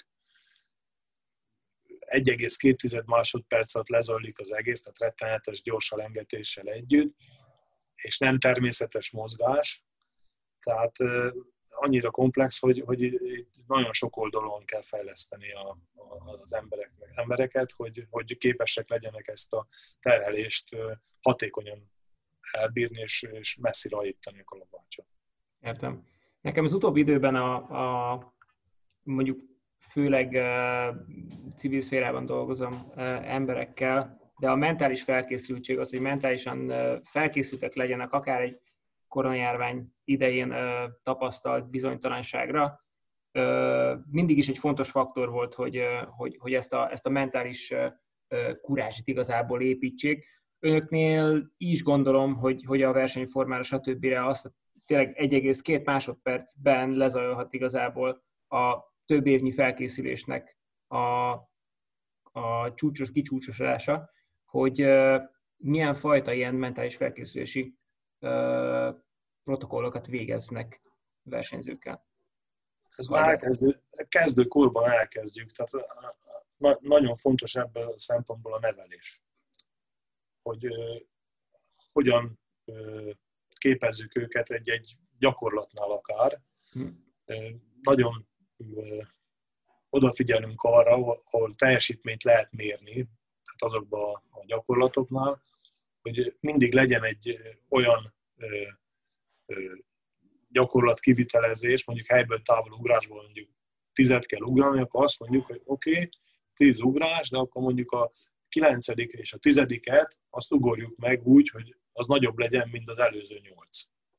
egy egész két másodperc alatt lezajlik az egész, tehát rettenetes gyors lengetéssel együtt, és nem természetes mozgás. Tehát annyira komplex, hogy, hogy nagyon sok oldalon kell fejleszteni a, a, az emberek, embereket, hogy, hogy képesek legyenek ezt a terhelést hatékonyan elbírni, és, és messzire állítani a kalapácsot. Értem. Nekem az utóbbi időben a, a mondjuk főleg uh, civil szférában dolgozom uh, emberekkel, de a mentális felkészültség az, hogy mentálisan uh, felkészültek legyenek akár egy koronajárvány idején uh, tapasztalt bizonytalanságra, uh, mindig is egy fontos faktor volt, hogy, uh, hogy, hogy ezt, a, ezt a mentális uh, kurázsit igazából építsék. Önöknél is gondolom, hogy, hogy a versenyformára, stb. Azt tényleg egy egész két másodpercben lezajolhat igazából a több évnyi felkészülésnek a, a csúcsos kicsúcsosodása, hogy uh, milyen fajta ilyen mentális felkészülési uh, protokollokat végeznek versenyzőkkel. Ez már elkezdő, kezdőkorban elkezdjük, tehát na, nagyon fontos ebből a szempontból a nevelés. Hogy uh, hogyan uh, képezzük őket egy-egy gyakorlatnál akár. Hmm. Uh, nagyon odafigyelünk arra, ahol teljesítményt lehet mérni, tehát azokban a gyakorlatoknál, hogy mindig legyen egy olyan ö, ö, gyakorlat kivitelezés, mondjuk helyből távol ugrásból mondjuk tizet kell ugrani, akkor azt mondjuk, hogy oké, okay, tíz ugrás, de akkor mondjuk a kilencedik és a tizediket azt ugorjuk meg úgy, hogy az nagyobb legyen, mint az előző nyolc.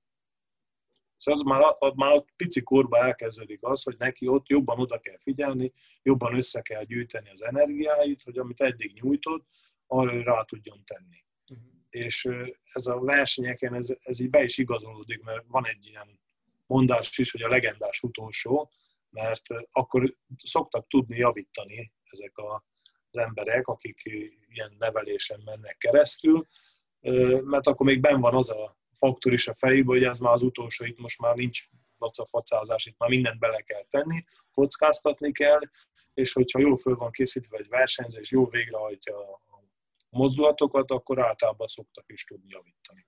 Szóval az már, az már ott pici korban elkezdődik az, hogy neki ott jobban oda kell figyelni, jobban össze kell gyűjteni az energiáit, hogy amit eddig nyújtott, arra rá tudjon tenni. Uh-huh. És ez a versenyeken, ez, ez így be is igazolódik, mert van egy ilyen mondás is, hogy a legendás utolsó, mert akkor szoktak tudni javítani ezek a, az emberek, akik ilyen nevelésen mennek keresztül, mert akkor még benn van az a faktor is a fejében, hogy ez már az utolsó, itt most már nincs lacafacázás, itt már mindent bele kell tenni, kockáztatni kell, és hogyha jól föl van készítve egy versenyző, és jól végrehajtja a mozdulatokat, akkor általában szoktak is tudni javítani.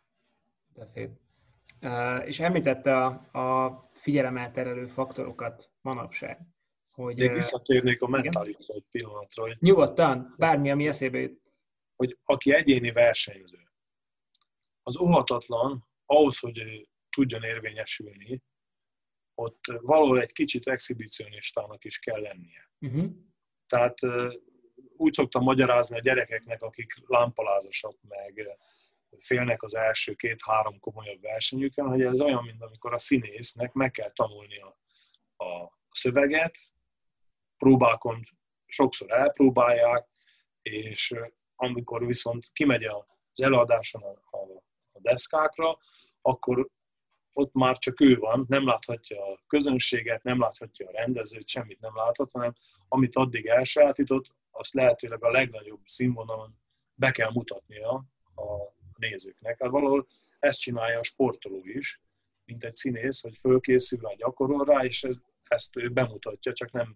De szép. Uh, és említette a, a figyelemelterelő faktorokat manapság. Hogy, Még visszatérnék a mentálisra egy pillanatra. Hogy, nyugodtan, bármi, ami eszébe jut. Hogy aki egyéni versenyző, az óhatatlan, ahhoz, hogy tudjon érvényesülni, ott valahol egy kicsit exhibicionistának is kell lennie. Uh-huh. Tehát úgy szoktam magyarázni a gyerekeknek, akik lámpalázasak, meg félnek az első két-három komolyabb versenyüken, hogy ez olyan, mint amikor a színésznek meg kell tanulni a, a szöveget, próbákon sokszor elpróbálják, és amikor viszont kimegy az előadáson a, a, a deszkákra, akkor ott már csak ő van, nem láthatja a közönséget, nem láthatja a rendezőt, semmit nem láthat, hanem amit addig elsajátított, azt lehetőleg a legnagyobb színvonalon be kell mutatnia a nézőknek. Hát valahol ezt csinálja a sportoló is, mint egy színész, hogy fölkészül rá, gyakorol rá, és ezt ő bemutatja, csak nem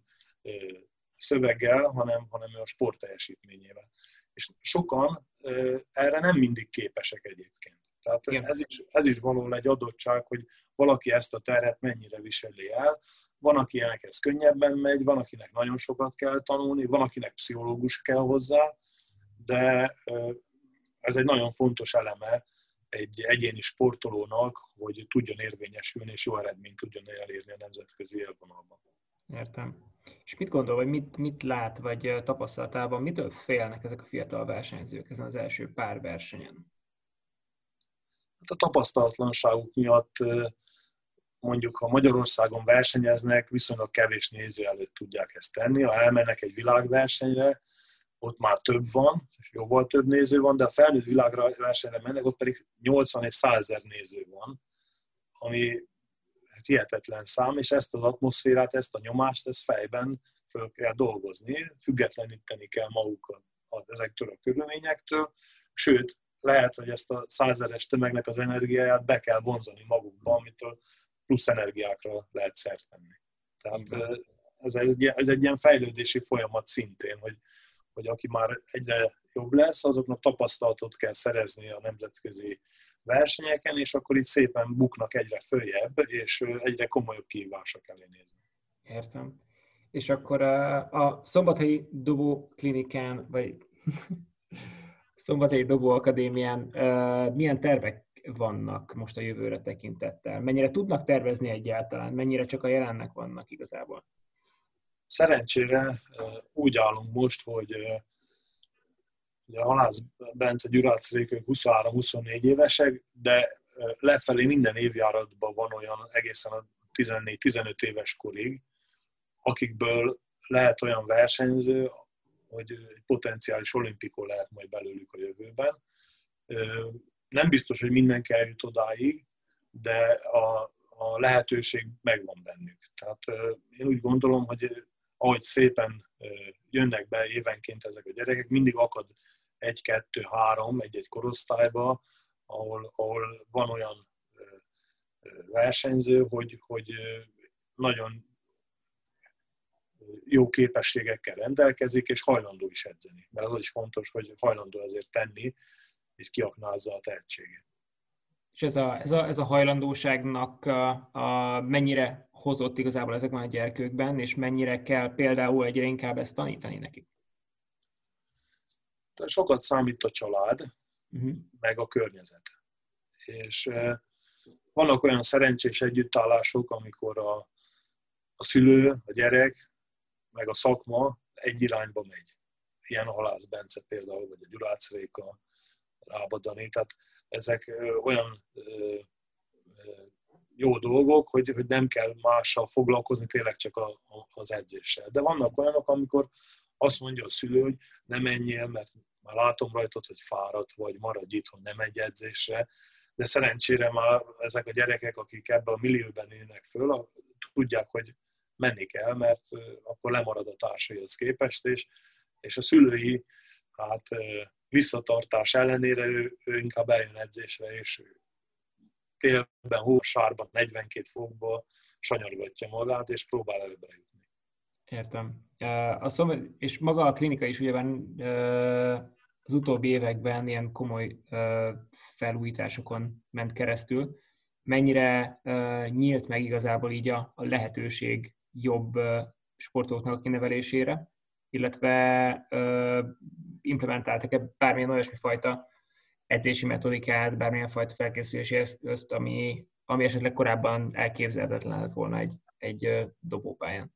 szöveggel, hanem, hanem a sport teljesítményével. És sokan erre nem mindig képesek egyébként. Tehát ez is, ez is valahol egy adottság, hogy valaki ezt a terhet mennyire viseli el. Van, akinek ez könnyebben megy, van, akinek nagyon sokat kell tanulni, van, akinek pszichológus kell hozzá, de ez egy nagyon fontos eleme egy egyéni sportolónak, hogy tudjon érvényesülni, és jó eredményt tudjon elérni a nemzetközi élvonalban. Értem. És mit gondol, vagy mit, mit lát, vagy tapasztalatában, mitől félnek ezek a fiatal versenyzők ezen az első pár versenyen? Hát a tapasztalatlanságuk miatt mondjuk, ha Magyarországon versenyeznek, viszonylag kevés néző előtt tudják ezt tenni. Ha elmennek egy világversenyre, ott már több van, és jóval több néző van, de a felnőtt világversenyre mennek, ott pedig nyolcvan és százezer néző van, ami hihetetlen szám, és ezt az atmoszférát, ezt a nyomást, ezt fejben föl kell dolgozni, függetleníteni kell magukat ezektől a körülményektől, sőt, lehet, hogy ezt a százeres tömegnek az energiáját be kell vonzani magukba, amitől plusz energiákra lehet szert tenni. Tehát ez egy, ez egy ilyen fejlődési folyamat szintén, hogy, hogy aki már egyre jobb lesz, azoknak tapasztalatot kell szerezni a nemzetközi versenyeken, és akkor itt szépen buknak egyre följebb, és egyre komolyabb kihívások elé nézni. Értem. És akkor a, a Szombathelyi Dobó Klinikán, vagy Szombathelyi Dobó Akadémián uh, milyen tervek vannak most a jövőre tekintettel? Mennyire tudnak tervezni egyáltalán? Mennyire csak a jelennek vannak igazából? Szerencsére uh, úgy állunk most, hogy uh, ugye Halász Bence, Gyurác Rékők huszonhárom-huszonnégy évesek, de uh, lefelé minden évjáratban van olyan egészen a tizennégy-tizenöt éves korig, akikből lehet olyan versenyző, hogy egy potenciális olimpikó lehet majd belőlük a jövőben. Nem biztos, hogy mindenki eljut odáig, de a, a lehetőség megvan bennük. Tehát én úgy gondolom, hogy ahogy szépen jönnek be évenként ezek a gyerekek, mindig akad egy-kettő-három egy-egy korosztályba, ahol, ahol van olyan versenyző, hogy, hogy nagyon jó képességekkel rendelkezik, és hajlandó is edzeni. Mert az is fontos, hogy hajlandó ezért tenni, és kiaknázza a tehetségét. És ez a, ez a, ez a hajlandóságnak a, a mennyire hozott igazából ezekben a gyerkőkben, és mennyire kell például egyre inkább ezt tanítani nekik? Sokat számít a család, uh-huh. meg a környezet. És vannak olyan szerencsés együttállások, amikor a, a szülő, a gyerek, meg a szakma egy irányba megy. Ilyen a Halász Bence például, vagy a Gyurácz Réka, Rába Dani. Tehát ezek olyan jó dolgok, hogy, hogy nem kell mással foglalkozni, tényleg csak a, a, az edzéssel. De vannak olyanok, amikor azt mondja a szülő, hogy ne menjél, mert már látom rajtad, hogy fáradt vagy, maradj itthon, nem egy edzésre. De szerencsére már ezek a gyerekek, akik ebben a millióben élnek föl, tudják, hogy menni kell, mert akkor lemarad a társaihoz képest, és, és a szülői hát, visszatartás ellenére ő, ő inkább eljön edzésre, és télben, hósárban, negyvenkét fokban sanyargatja magát, és próbál előbbre jutni. Értem. A szom, és maga a klinika is ugyebár az utóbbi években ilyen komoly felújításokon ment keresztül. Mennyire nyílt meg igazából így a, a lehetőség jobb sportolóknak a kinevelésére, illetve implementáltak-e bármilyen olyasmi fajta edzési metodikát, bármilyen fajta felkészülési eszközt, ami, ami esetleg korábban elképzelhetetlen lett volna egy, egy dobópályán?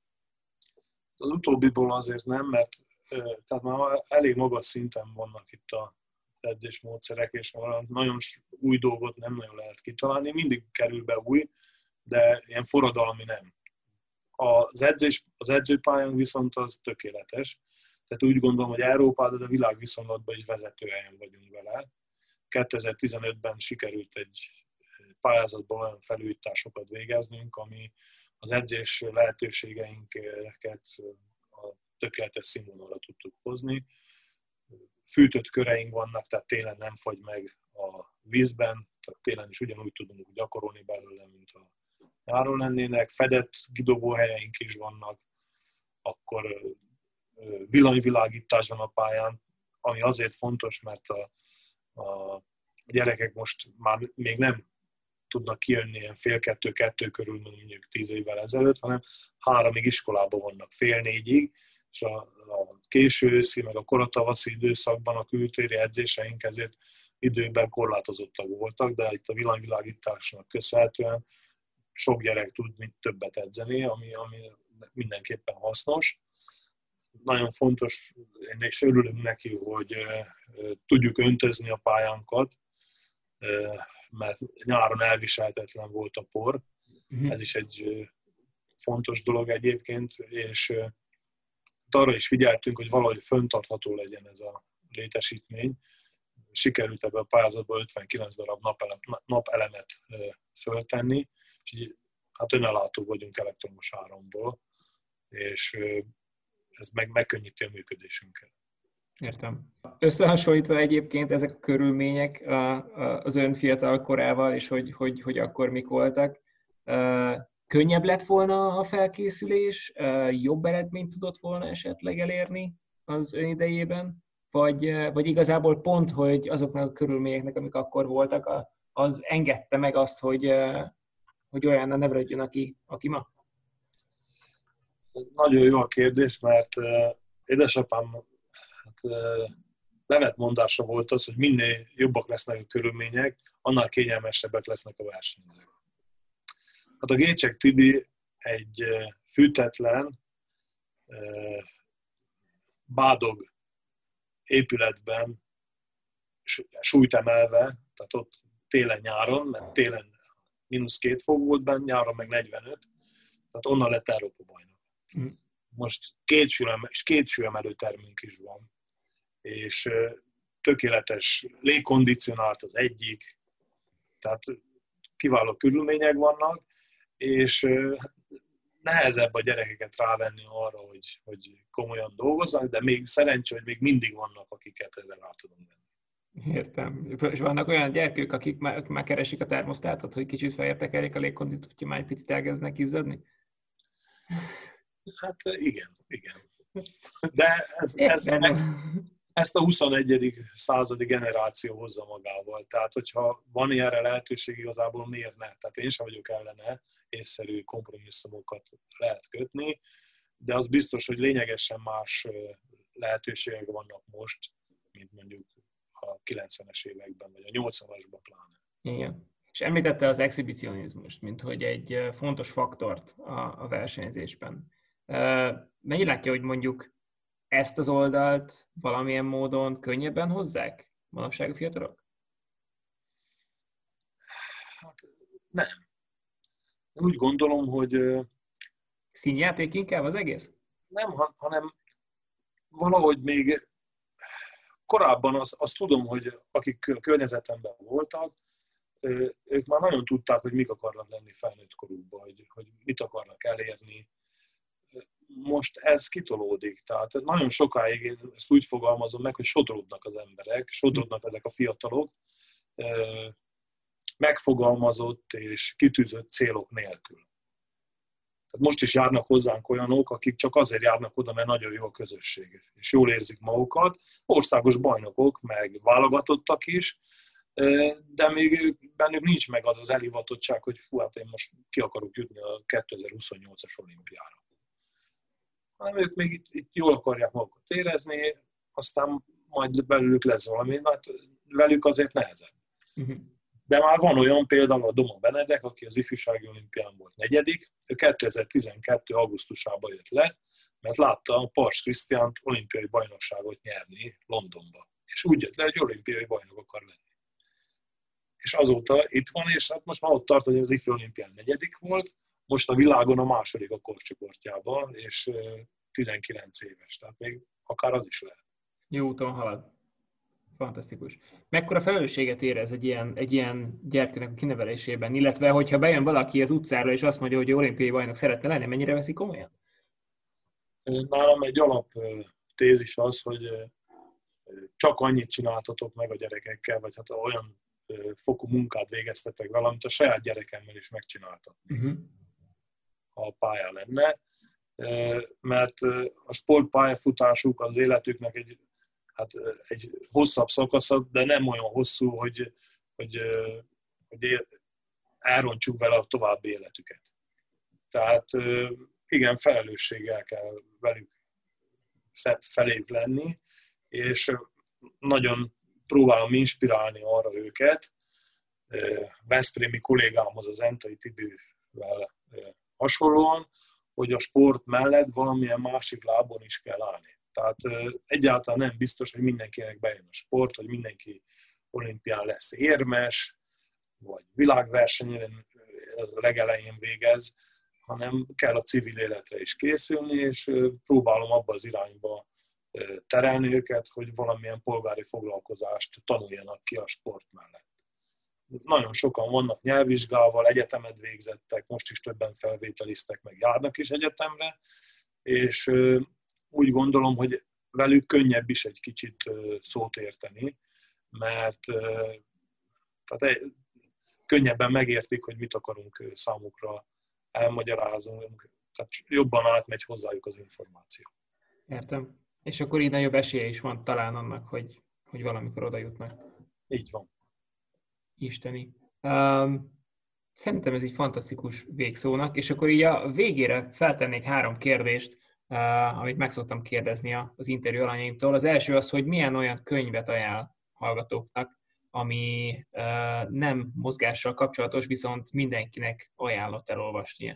Az utóbbiból azért nem, mert tehát már elég magas szinten vannak itt az edzésmódszerek, és nagyon új dolgot nem nagyon lehet kitalálni. Mindig kerül be új, de ilyen forradalmi nem. Az, edzés, az edzőpályán viszont az tökéletes. Tehát úgy gondolom, hogy Európában, de a világviszonylatban is vezető helyen vagyunk vele. kétezer-tizenötben sikerült egy pályázatban olyan felújításokat végeznünk, ami az edzés lehetőségeinket a tökéletes színvonalra tudtuk hozni. Fűtött köreink vannak, tehát télen nem fagy meg a vízben, tehát télen is ugyanúgy tudunk gyakorolni belőle, mint a nyáron lennének. Fedett kidobóhelyeink is vannak, akkor villanyvilágítás van a pályán, ami azért fontos, mert a, a gyerekek most már még nem tudnak kijönni ilyen fél kettő-kettő körül, mondjuk tíz évvel ezelőtt, hanem háromig iskolában vannak, fél négyig, és a, a késő őszi, meg a koratavaszi időszakban a kültéri edzéseink ezért időben korlátozottak voltak, de itt a villanyvilágításnak köszönhetően sok gyerek tud mit többet edzeni, ami, ami mindenképpen hasznos. Nagyon fontos, én is örülünk neki, hogy tudjuk öntözni a pályánkat, mert nyáron elviselhetetlen volt a por. Uh-huh. Ez is egy fontos dolog egyébként, és arra is figyeltünk, hogy valahogy fenntartható legyen ez a létesítmény. Sikerült ebbe a pályázatba ötvenkilenc darab napelemet, napelemet föltenni, és így, hát önellátó vagyunk elektromos áramból, és ez meg megkönnyíti a működésünket. Értem. Összehasonlítva egyébként ezek a körülmények az ön fiatal korával, és hogy, hogy, hogy akkor mik voltak, könnyebb lett volna a felkészülés, jobb eredményt tudott volna esetleg elérni az ön idejében, vagy, vagy igazából pont, hogy azoknak a körülményeknek, amik akkor voltak, az engedte meg azt, hogy, hogy olyan nevelődjön, aki, aki ma? Nagyon jó a kérdés, mert édesapám hát, levet mondása volt az, hogy minél jobbak lesznek a körülmények, annál kényelmesebbek lesznek a versenyzők. Hát a Gécsek Tibi egy fűtetlen, bádog épületben súlyt emelve, tehát ott télen-nyáron, mert télen mínusz két fok volt benne, nyáron meg negyvenöt, tehát onnan lett Európa bajnok. Most két, sülem, két sülemelőtermünk is van, és tökéletes légkondicionált az egyik, tehát kiváló körülmények vannak, és nehezebb a gyerekeket rávenni arra, hogy, hogy komolyan dolgozzanak, de még szerencsé, hogy még mindig vannak, akiket ezzel rá tudunk venni. Értem. És vannak olyan gyerekek, akik már, akik már keresik a termosztátot, hogy kicsit felértekeljék a légkonditot, hogy már egy picit elkezdenek izzadni? Hát igen, igen. De ez, ez, ez, ezt a huszonegyedik századi generáció hozza magával. Tehát, hogyha van ilyenre lehetőség, igazából miért ne? Tehát én sem vagyok ellene, észszerű kompromisszumokat lehet kötni, de az biztos, hogy lényegesen más lehetőségek vannak most, mint mondjuk a kilencvenes években, vagy a nyolcvanasban pláne. Igen. És említette az exhibicionizmust, mint hogy egy fontos faktort a, a versenyzésben. Mennyi látja, hogy mondjuk ezt az oldalt valamilyen módon könnyebben hozzák manapság a fiatalok? Hát nem. Úgy gondolom, hogy... Színjáték inkább az egész? Nem, hanem valahogy még korábban azt, azt tudom, hogy akik a környezetemben voltak, ők már nagyon tudták, hogy mik akarnak lenni felnőtt korukban, hogy, hogy mit akarnak elérni. Most ez kitolódik, tehát nagyon sokáig én ezt úgy fogalmazom meg, hogy sodródnak az emberek, sodródnak ezek a fiatalok, megfogalmazott és kitűzött célok nélkül. Tehát most is járnak hozzánk olyanok, akik csak azért járnak oda, mert nagyon jó a közösség, és jól érzik magukat, országos bajnokok, meg válogatottak is, de még bennük nincs meg az az elhivatottság, hogy fú, hát én most ki akarok jutni a kétezer-huszonnyolcas olimpiára. Hanem ők még itt, itt jól akarják magukat érezni, aztán majd belőlük lesz valami, hát velük azért nehezebb. Uh-huh. De már van olyan például a Doma Benedek, aki az ifjúsági olimpián volt negyedik, ő kétezer-tizenkettő augusztusában jött le, mert látta a Pars Krisztiánt olimpiai bajnokságot nyerni Londonba. És úgy jött le, hogy olimpiai bajnok akar lenni. És azóta itt van, és hát most már ott tart, hogy az ifjú olimpián negyedik volt, most a világon a második a korcsoportjában, és tizenkilenc éves, tehát még akár az is lehet. Jó úton halad. Fantasztikus. Mekkora felelősséget érez egy ilyen, egy ilyen gyerkőnek a kinevelésében, illetve hogyha bejön valaki az utcára, és azt mondja, hogy olimpiai bajnok szeretne lenni, mennyire veszik komolyan? Nálam egy alap tézis az, hogy csak annyit csináltatok meg a gyerekekkel, vagy hát olyan fokú munkát végeztetek vele, amit a saját gyerekemmel is megcsináltatni, uh-huh. ha a pálya lenne. Mert a sportpályafutásuk az életüknek egy, hát egy hosszabb szakasza, de nem olyan hosszú, hogy, hogy, hogy elrontsuk vele a további életüket. Tehát igen, felelősséggel kell velük feléjük lenni, és nagyon próbálom inspirálni arra őket, veszprémi kollégámhoz, az Entai Tibivel hasonlóan, hogy a sport mellett valamilyen másik lábon is kell állni. Tehát egyáltalán nem biztos, hogy mindenkinek bejön a sport, hogy mindenki olimpián lesz érmes, vagy világversenyen az a legelején végez, hanem kell a civil életre is készülni, és próbálom abba az irányba terelni őket, hogy valamilyen polgári foglalkozást tanuljanak ki a sport mellett. Nagyon sokan vannak nyelvvizsgával, egyetemet végzettek, most is többen felvételiztek, meg járnak is egyetemre, és úgy gondolom, hogy velük könnyebb is egy kicsit szót érteni, mert tehát könnyebben megértik, hogy mit akarunk számukra elmagyarázunk, tehát jobban átmegy hozzájuk az információ. Értem. És akkor így nagyobb esélye is van talán annak, hogy, hogy valamikor oda jutnak. Így van. Isteni. Um, szerintem ez egy fantasztikus végszónak, és akkor így a végére feltennék három kérdést, uh, amit meg szoktam kérdezni az interjú alanyaimtól. Az első az, hogy milyen olyan könyvet ajánl hallgatóknak, ami uh, nem mozgással kapcsolatos, viszont mindenkinek ajánlott elolvasnia.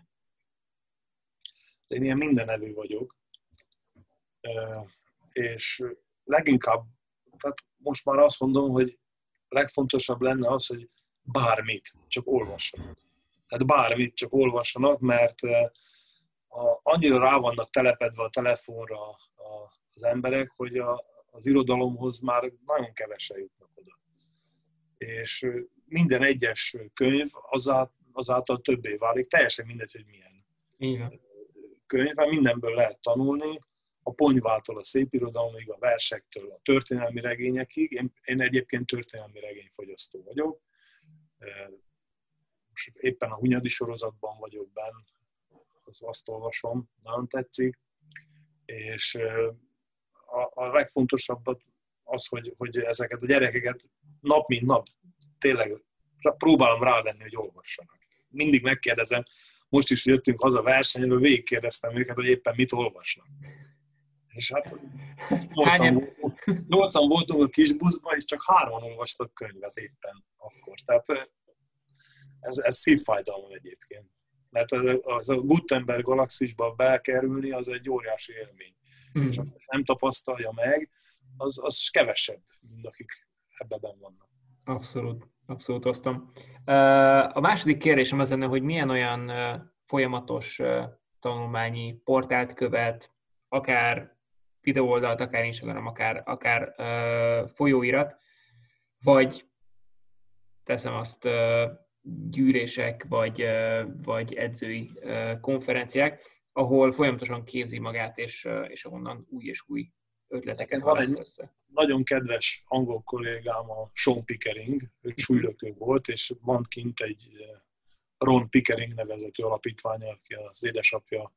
Én ilyen mindenevű vagyok, uh, és leginkább, tehát most már azt mondom, hogy legfontosabb lenne az, hogy bármit, csak olvassanak. Tehát bármit, csak olvassanak, mert a, annyira rá vannak telepedve a telefonra a, az emberek, hogy a, az irodalomhoz már nagyon kevesen jutnak oda. És minden egyes könyv azáltal, azáltal többé válik, teljesen mindegy, hogy milyen Igen. könyv, mindenből lehet tanulni, a ponyvától a szépirodalomig, a versektől a történelmi regényekig. Én, én egyébként történelmi regényfogyasztó vagyok. Most éppen a Hunyadi sorozatban vagyok benn, az azt olvasom, nagyon tetszik. És a, a legfontosabb az, hogy, hogy ezeket a gyerekeket nap mint nap tényleg próbálom rávenni, hogy olvassanak. Mindig megkérdezem, most is jöttünk haza versenyről, végigkérdeztem őket, hogy éppen mit olvasnak. És hát nyolcan voltunk a kis buszban, és csak hárman olvastak könyvet éppen akkor. Tehát ez, ez szívfájdalom egyébként. Mert az a Gutenberg galaxisba bekerülni, az egy óriási élmény. Mm. És ha nem tapasztalja meg, az, az kevesebb, mint akik ebben benn vannak. Abszolút, abszolút osztom. A második kérdésem az lenne, hogy milyen olyan folyamatos tanulmányi portált követ, akár videóoldalt, akár Instagram, akár, akár folyóirat, vagy teszem azt gyűrések, vagy, vagy edzői konferenciák, ahol folyamatosan képzi magát, és, és ahonnan új és új ötleteket hallasz össze. Nagyon kedves angol kollégám a Sean Pickering, ő súlylökő volt, és van kint egy Ron Pickering nevezetű alapítványa, aki az édesapja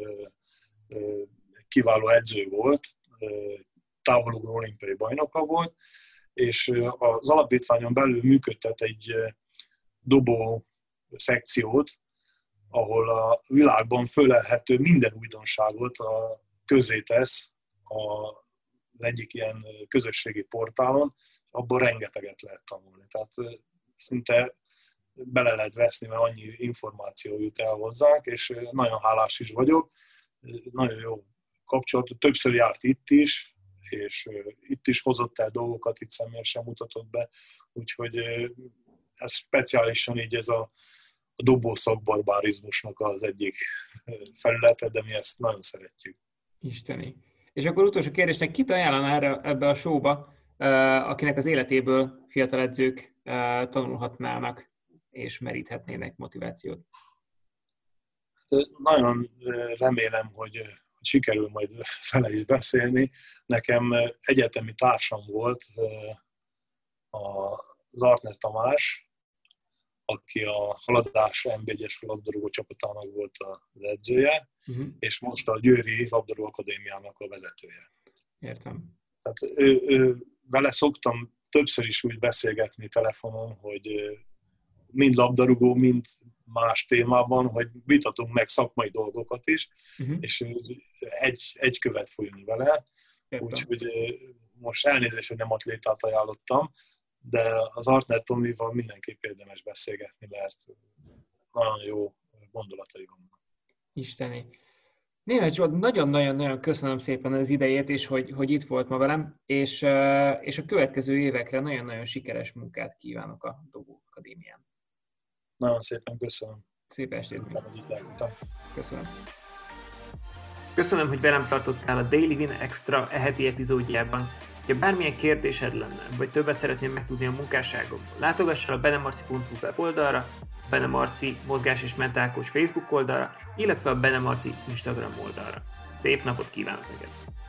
kiváló edző volt, távolugró olimpiai bajnoka volt, és az alapítványon belül működtet egy dobó szekciót, ahol a világban fölelhető minden újdonságot a közé tesz az egyik ilyen közösségi portálon, abban rengeteget lehet tanulni. Tehát szinte bele lehet veszni, mert annyi információ jut el hozzánk, és nagyon hálás is vagyok. Nagyon jó kapcsolat, többször járt itt is, és itt is hozott el dolgokat, itt személyesen mutatott be, úgyhogy ez speciálisan így ez a, a dobószakbarbarizmusnak az egyik felülete, de mi ezt nagyon szeretjük. Isteni. És akkor utolsó kérdésnek, kit ajánlana erre, ebbe a showba, akinek az életéből fiatal edzők tanulhatnának és meríthetnének motivációt? Nagyon remélem, hogy sikerül majd vele is beszélni. Nekem egyetemi társam volt az Artner Tamás, aki a Haladás en bé egyes labdarúgó csapatának volt az edzője, uh-huh. és most a Győri Labdarúgó Akadémiának a vezetője. Értem. Tehát ő, ő, vele szoktam többször is úgy beszélgetni telefonon, hogy mind labdarúgó, mind más témában, hogy vitatunk meg szakmai dolgokat is, uh-huh. és egy, egy követ folyunk vele. Úgyhogy most elnézést, hogy nem atlétát ajánlottam, de az Artner Tomival mindenképp érdemes beszélgetni, mert nagyon jó gondolatai vannak. Isteni. Németh Zsolt, nagyon-nagyon-nagyon köszönöm szépen az idejét, és hogy, hogy itt volt ma velem, és, és a következő évekre nagyon-nagyon sikeres munkát kívánok a Dobó Akadémián. Nagyon szépen köszönöm. Szép estét. Köszönöm. Köszönöm, hogy velem tartottál a Daily Win Extra e heti epizódjában. Ha bármilyen kérdésed lenne, vagy többet szeretnél megtudni a munkásságomról, látogass el a benemarci pont hu weboldalra, a Benemarci Mozgás és Mentálkós Facebook oldalra, illetve a Benemarci Instagram oldalra. Szép napot kívánok neked!